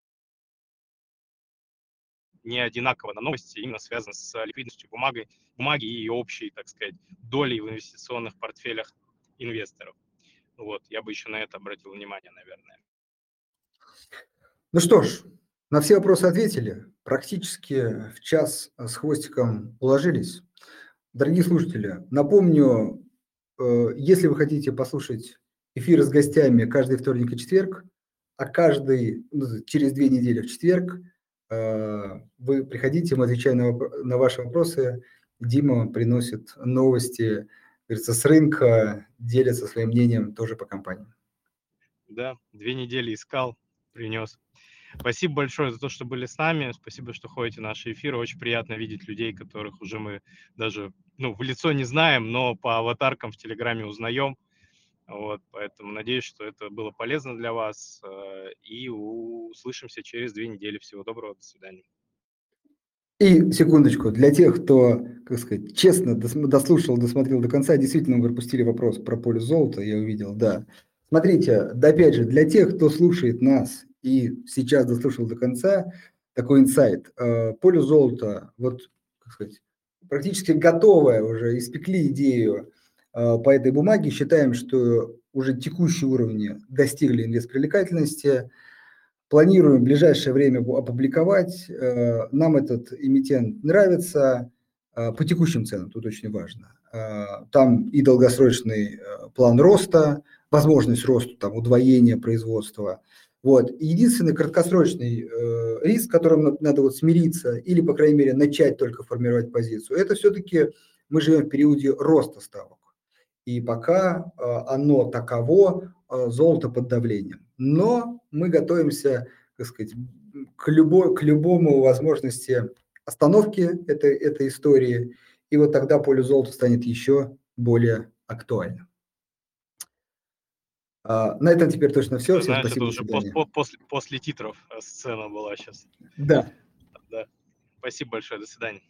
не одинаково на новости, именно связан с ликвидностью бумаги и общей, так сказать, долей в инвестиционных портфелях инвесторов. Вот, я бы еще на это обратил внимание, наверное. Ну что ж, на все вопросы ответили. Практически в час с хвостиком уложились. Дорогие слушатели, напомню, если вы хотите послушать эфир с гостями каждый вторник и четверг, а через 2 недели в четверг, вы приходите, мы отвечаем на ваши вопросы. Дима приносит новости, говорится, с рынка, делится своим мнением тоже по компании. Да, 2 недели искал, принес. Спасибо большое за то, что были с нами. Спасибо, что ходите в наши эфиры. Очень приятно видеть людей, которых уже мы даже в лицо не знаем, но по аватаркам в Телеграме узнаем. Вот, поэтому надеюсь, что это было полезно для вас. И услышимся через 2 недели. Всего доброго, до свидания. И секундочку, для тех, кто, как сказать, честно дослушал, досмотрел до конца, действительно мы пропустили вопрос про полюс золота, я увидел, да. Смотрите, да, опять же, для тех, кто слушает нас и сейчас дослушал до конца, такой инсайт. Полюс золота, вот, как сказать, практически готовая уже, испекли идею по этой бумаге, считаем, что уже текущие уровни достигли инвест-привлекательности. Планируем в ближайшее время опубликовать. Нам этот эмитент нравится по текущим ценам, тут очень важно. Там и долгосрочный план роста, возможность роста, там, удвоения производства. Вот. Единственный краткосрочный риск, с которым надо вот смириться или, по крайней мере, начать только формировать позицию, это все-таки мы живем в периоде роста ставок. И пока оно таково, золото под давлением. Но мы готовимся, так сказать, к любому возможности остановки этой истории, и вот тогда поле золота станет еще более актуальным. На этом теперь точно все. Всем Знаешь, это спасибо, до уже свидания. после титров сцена была сейчас. Да. Да. Спасибо большое, до свидания.